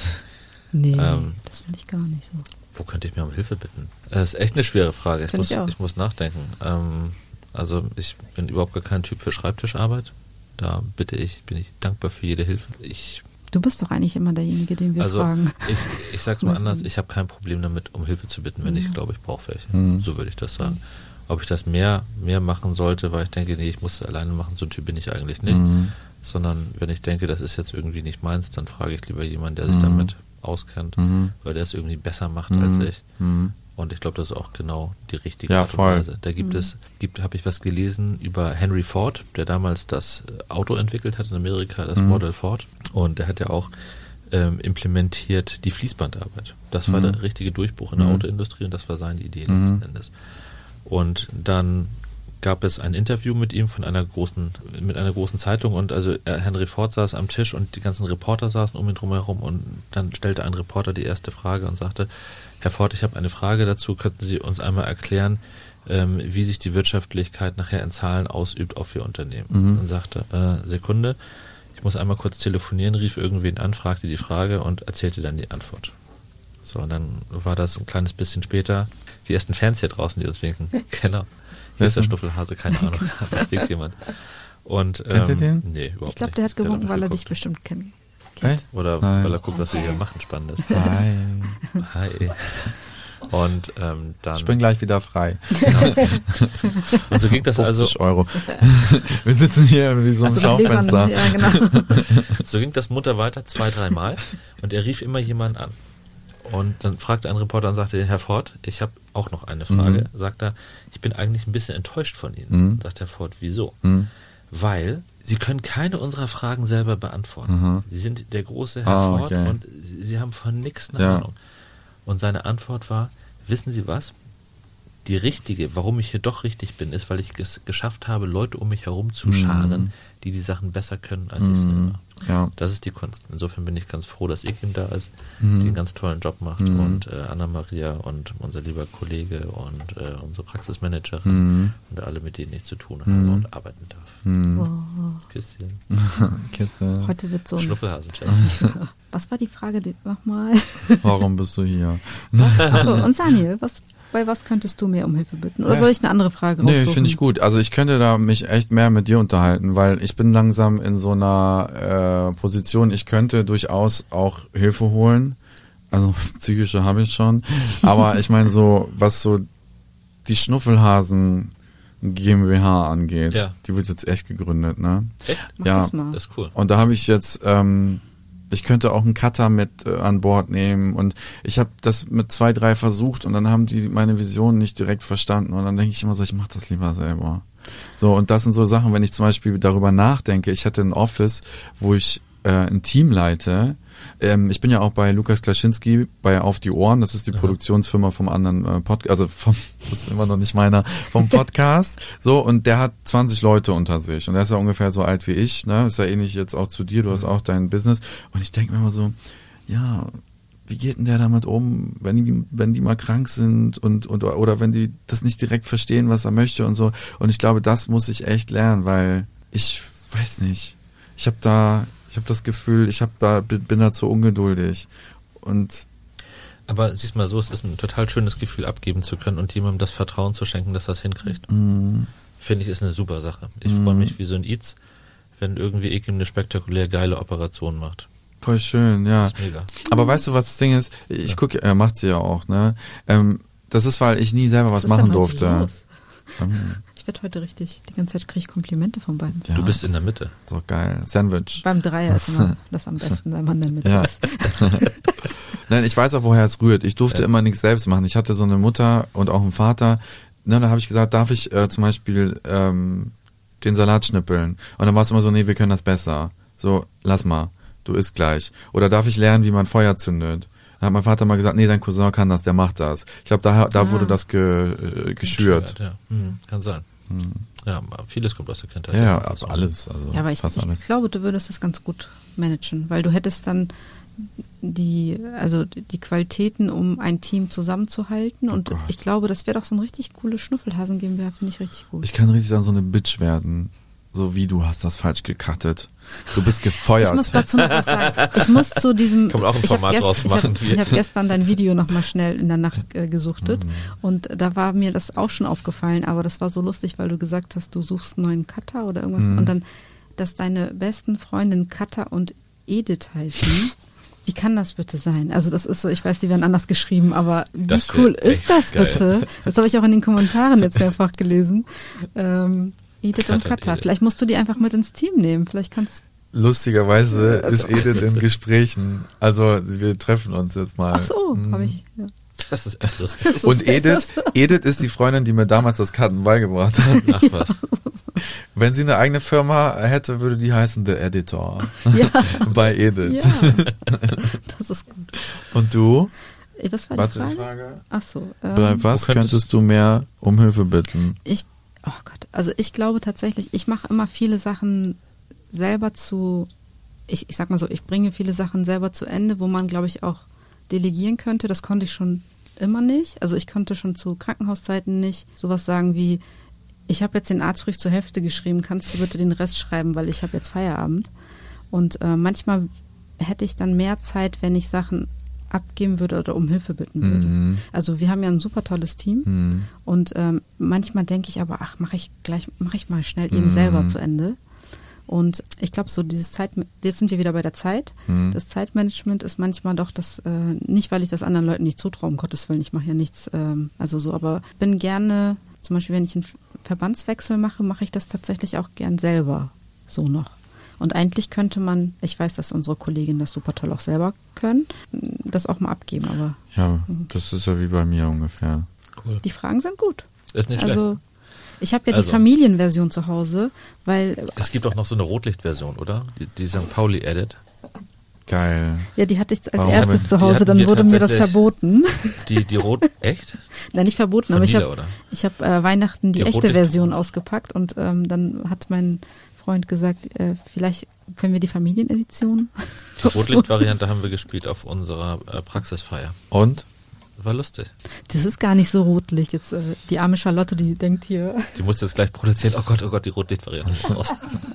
Nee, Ähm. das finde ich gar nicht so. Wo könnte ich mir um Hilfe bitten? Das ist echt eine schwere Frage. Ich, Find muss, ich auch. ich muss nachdenken. Ähm, also ich bin überhaupt gar kein Typ für Schreibtischarbeit. Da bitte ich, bin ich dankbar für jede Hilfe. Ich, Du bist doch eigentlich immer derjenige, den wir also fragen. ich, ich sag's mal anders, ich habe kein Problem damit, um Hilfe zu bitten, wenn ich glaube, ich brauche welche. Mhm. So würde ich das sagen. Ob ich das mehr, mehr machen sollte, weil ich denke, nee, ich muss es alleine machen, so ein Typ bin ich eigentlich nicht. Mhm. Sondern wenn ich denke, das ist jetzt irgendwie nicht meins, dann frage ich lieber jemanden, der sich Mhm. damit auskennt, Mhm. weil der es irgendwie besser macht Mhm. als ich. Mhm. Und ich glaube, das ist auch genau die richtige Ja, Art und voll. Weise. Da gibt es, gibt, habe ich was gelesen über Henry Ford, der damals das Auto entwickelt hat in Amerika, das Mhm. Model Ford. Und der hat ja auch ähm, implementiert die Fließbandarbeit. Das war Mhm. der richtige Durchbruch in der Mhm. Autoindustrie und das war seine Idee Mhm. letzten Endes. Und dann gab es ein Interview mit ihm von einer großen, mit einer großen Zeitung und also er, Henry Ford saß am Tisch und die ganzen Reporter saßen um ihn drum herum und dann stellte ein Reporter die erste Frage und sagte, Herr Ford, ich habe eine Frage dazu, könnten Sie uns einmal erklären, ähm, wie sich die Wirtschaftlichkeit nachher in Zahlen ausübt auf Ihr Unternehmen? Mhm. Dann sagte, äh, Sekunde, ich muss einmal kurz telefonieren, rief irgendwen an, fragte die Frage und erzählte dann die Antwort. So, und dann war das ein kleines bisschen später, die ersten Fans hier draußen, die uns winken. Genau. Hier ist der Schnuffelhase, keine Ahnung. Da winkt jemand. Und, ähm, Kennt ihr den? Nee, überhaupt Ich glaube, nicht. der hat gewunken, einfach weil er geguckt. dich bestimmt kennt. Echt? Oder Nein. weil er guckt, was wir hier machen, Spannendes. Hi. Hi. Und ähm, dann... Ich bin gleich wieder frei. Genau. Und so ging das also... fünfzig Euro. Wir sitzen hier wie so ein Also mit Lesern, Schaufenster. ja, genau. So ging das munter weiter, zwei, dreimal. Und er rief immer jemanden an. Und dann fragte ein Reporter und sagte, Herr Ford, ich habe auch noch eine Frage. Mhm. Sagt er, ich bin eigentlich ein bisschen enttäuscht von Ihnen. Mhm. Sagt Herr Ford, wieso? Mhm. Weil Sie können keine unserer Fragen selber beantworten. Mhm. Sie sind der große Herr Ah, Ford okay. und Sie, Sie haben von nichts eine Ja. Ahnung. Und seine Antwort war, wissen Sie was? Die richtige, warum ich hier doch richtig bin, ist, weil ich es geschafft habe, Leute um mich herum zu Mhm. scharen, die die Sachen besser können als ich Mhm. selber. Ja. Das ist die Kunst. Insofern bin ich ganz froh, dass Ikim da ist, Mhm. die einen ganz tollen Job macht Mhm. und äh, Anna-Maria und unser lieber Kollege und äh, unsere Praxismanagerin Mhm. und alle, mit denen ich zu tun habe Mhm. und arbeiten darf. Mhm. Oh, Küsschen. Kitze. heute wird so ein... Schnuffelhasen-Check. Was war die Frage die- nochmal? Warum bist du hier? Achso, und Saniel, was, bei was könntest du mehr um Hilfe bitten? Oder Ja. soll ich eine andere Frage Nee, raussuchen? finde ich gut. Also ich könnte da mich echt mehr mit dir unterhalten, weil ich bin langsam in so einer äh, Position, ich könnte durchaus auch Hilfe holen. Also psychische habe ich schon. Aber ich meine so, was so die Schnuffelhasen GmbH angeht, Ja. die wird jetzt echt gegründet, ne? Echt? Mach Ja. das mal. Das ist cool. Und da habe ich jetzt, ähm, ich könnte auch einen Cutter mit äh, an Bord nehmen und ich habe das mit zwei, drei versucht und dann haben die meine Vision nicht direkt verstanden und dann denke ich immer so, ich mache das lieber selber. So, und das sind so Sachen, wenn ich zum Beispiel darüber nachdenke, ich hatte ein Office, wo ich äh, ein Team leite, ähm, ich bin ja auch bei Lukas Klaschinski bei Auf die Ohren, das ist die Aha. Produktionsfirma vom anderen äh, Podcast, also vom, das ist immer noch nicht meiner, vom Podcast, so, und der hat zwanzig Leute unter sich und der ist ja ungefähr so alt wie ich, ne, ist ja ähnlich jetzt auch zu dir, du hast auch dein Business und ich denke mir immer so, ja, wie geht denn der damit um, wenn die, wenn die mal krank sind und, und oder wenn die das nicht direkt verstehen, was er möchte und so. Und ich glaube, das muss ich echt lernen, weil ich weiß nicht. Ich habe da, ich habe das Gefühl, ich habe da bin da zu ungeduldig. Und aber siehst mal so, es ist ein total schönes Gefühl, abgeben zu können und jemandem das Vertrauen zu schenken, dass er es hinkriegt. mm, Finde ich, ist eine super Sache. Ich Mhm. freue mich wie so ein Eats, wenn irgendwie Ekim eine spektakulär geile Operation macht. voll schön, ja. Das ist mega. Aber weißt du, was das Ding ist? Ich Ja. gucke, er macht sie ja auch, ne? Ähm, das ist, weil ich nie selber was ist machen denn heute durfte. los? Ähm, Ich werde heute richtig, die ganze Zeit kriege ich Komplimente von beiden. ja, Du bist in der Mitte. so geil. Sandwich. Beim Dreier ist immer das am besten, wenn man in der Mitte Ja. ist. Nein, ich weiß auch, woher es rührt. Ich durfte Ja. immer nichts selbst machen. Ich hatte so eine Mutter und auch einen Vater. Ne, da habe ich gesagt, darf ich äh, zum Beispiel ähm, den Salat schnippeln? Und dann war es immer so, nee, wir können das besser. So, lass mal, du isst gleich. Oder darf ich lernen, wie man Feuer zündet? Dann hat mein Vater mal gesagt, nee, dein Cousin kann das, der macht das. Ich glaube, da, da Ah. wurde das ge, äh, geschürt. Ja, hm, kann sein. Hm. Ja, vieles kommt aus der Kindheit. Ja, ja, Das ist aber so. alles. Also Ja, aber ich, fast ich alles. glaube, du würdest das ganz gut managen, weil du hättest dann die, also die Qualitäten, um ein Team zusammenzuhalten. Und Gott. ich glaube, das wäre doch so ein richtig cooles Schnuffelhasen GmbH, finde ich richtig gut. Ich kann richtig dann so eine Bitch werden. So wie du hast das falsch gecuttet. Du bist gefeuert. Ich muss dazu noch was sagen. Ich muss zu diesem. Kann man auch ein ich hab Format gest- draus machen, Ich wie- habe hab gestern dein Video nochmal schnell in der Nacht äh, gesuchtet Mhm. und da war mir das auch schon aufgefallen, aber das war so lustig, weil du gesagt hast, du suchst einen neuen Cutter oder irgendwas Mhm. und dann, dass deine besten Freundinnen Cutter und Edith heißen. Wie kann das bitte sein? Also das ist so, ich weiß, die werden anders geschrieben, aber wie Das wär cool ist echt das geil. bitte? Das habe ich auch in den Kommentaren jetzt mehrfach gelesen. Ähm, Edith Cut und und Cutter. Edith. Vielleicht musst du die einfach mit ins Team nehmen. Vielleicht kannst Lustigerweise Also- ist Edith in Gesprächen. Also wir treffen uns jetzt mal. Ach so, Mhm. habe ich. Ja. Das ist echt lustig. Das ist Und echt Edith, Edith ist die Freundin, die mir damals das Cutten beigebracht hat. Ach was. Wenn sie eine eigene Firma hätte, würde die heißen The Editor. Ja, Bei Edith. ja. Das ist gut. Und du? Ey, Was war Warte, die die Frage? Frage. Ach so. Bei Ähm, was Wo könntest- könntest du mehr um Hilfe bitten? ich, oh Gott, also ich glaube tatsächlich, ich mache immer viele Sachen selber zu, ich, ich sag mal so, ich bringe viele Sachen selber zu Ende, wo man, glaube ich, auch delegieren könnte. Das konnte ich schon immer nicht. Also ich konnte schon zu Krankenhauszeiten nicht sowas sagen wie, ich habe jetzt den Arztbrief zur Hälfte geschrieben, kannst du bitte den Rest schreiben, weil ich habe jetzt Feierabend. Und äh, manchmal hätte ich dann mehr Zeit, wenn ich Sachen abgeben würde oder um Hilfe bitten würde. Mhm. Also wir haben ja ein super tolles Team Mhm. und ähm, manchmal denke ich aber, ach, mache ich gleich, mache ich mal schnell eben Mhm. selber zu Ende. Und ich glaube, so dieses Zeit, jetzt sind wir wieder bei der Zeit. Mhm. Das Zeitmanagement ist manchmal doch das, äh, nicht weil ich das anderen Leuten nicht zutraue, um Gottes Willen, ich mache ja nichts, ähm, also so, aber bin gerne, zum Beispiel, wenn ich einen Verbandswechsel mache, mache ich das tatsächlich auch gern selber, so noch. Und eigentlich könnte man, ich weiß, dass unsere Kolleginnen das super toll auch selber können, das auch mal abgeben, aber Ja, das ist ja wie bei mir ungefähr. Cool. die Fragen sind gut. Ist nicht Also ich habe ja Also. die Familienversion zu Hause, weil schlecht. Es gibt auch noch so eine Rotlichtversion, oder? Die, die Sankt Pauli Edit. Geil. ja, die hatte ich als Warum? erstes Die zu Hause, hatten dann wir wurde mir das tatsächlich- verboten. Die, die Rot, echt? Nein, nicht verboten, Von aber ich Nila, habe oder? ich habe äh, Weihnachten die, Die echte Rotlicht- Version ausgepackt und ähm, dann hat mein Freund gesagt, äh, vielleicht können wir die Familienedition. Die Rotlichtvariante haben wir gespielt auf unserer äh, Praxisfeier. Und? War lustig. Das ist gar nicht so rotlicht. Jetzt äh, die arme Charlotte, die denkt hier. Die musste jetzt gleich produzieren. Oh Gott, oh Gott, die Rotlichtvariante ist raus.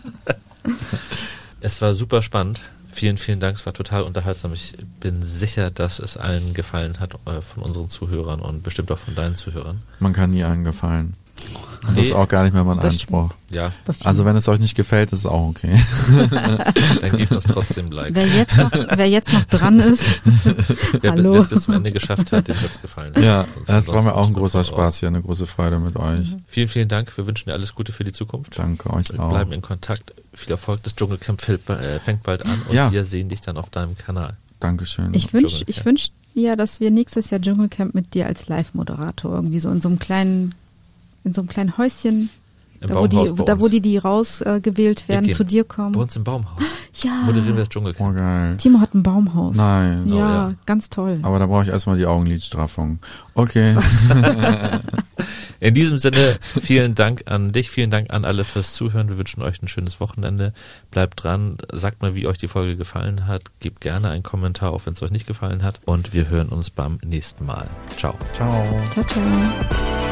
Es war super spannend. Vielen, vielen Dank. Es war total unterhaltsam. Ich bin sicher, dass es allen gefallen hat äh, von unseren Zuhörern und bestimmt auch von deinen Zuhörern. Man kann nie allen gefallen. Und Nee. das ist auch gar nicht mehr mein Das Anspruch. Ja, Also wenn es euch nicht gefällt, ist es auch okay. dann gebt uns trotzdem ein Like. Wer jetzt noch, wer jetzt noch dran ist, Wer hallo. es bis zum Ende geschafft hat, dem wird es gefallen. Ja, Sonst das war mir auch ein ansonsten großer stimmt man Spaß hier, eine große Freude mit euch. Vielen, vielen Dank. Wir wünschen dir alles Gute für die Zukunft. Danke euch Wir auch. bleiben in Kontakt. Viel Erfolg. Das Dschungelcamp fällt, äh, fängt bald an und Ja. wir sehen dich dann auf deinem Kanal. Dankeschön. ich wünsche Dschungelcamp. ich wünsch ja, dass wir nächstes Jahr Dschungelcamp mit dir als Live-Moderator irgendwie so in so einem kleinen, in so einem kleinen Häuschen, Im da wo, die, Baumhaus bei da wo uns. die, die rausgewählt äh, werden, gehen zu dir kommen. Bei uns im Baumhaus. Ja. moderieren wir das Dschungelcamp. Oh, geil. Timo hat ein Baumhaus. Nein. Ja, Oh, ja. ganz toll. Aber da brauche ich erstmal die Augenlidstraffung. Okay. In diesem Sinne, vielen Dank an dich, vielen Dank an alle fürs Zuhören. Wir wünschen euch ein schönes Wochenende. Bleibt dran, sagt mal, wie euch die Folge gefallen hat. Gebt gerne einen Kommentar, auch wenn es euch nicht gefallen hat. Und wir hören uns beim nächsten Mal. Ciao. Ciao. Ciao, ciao.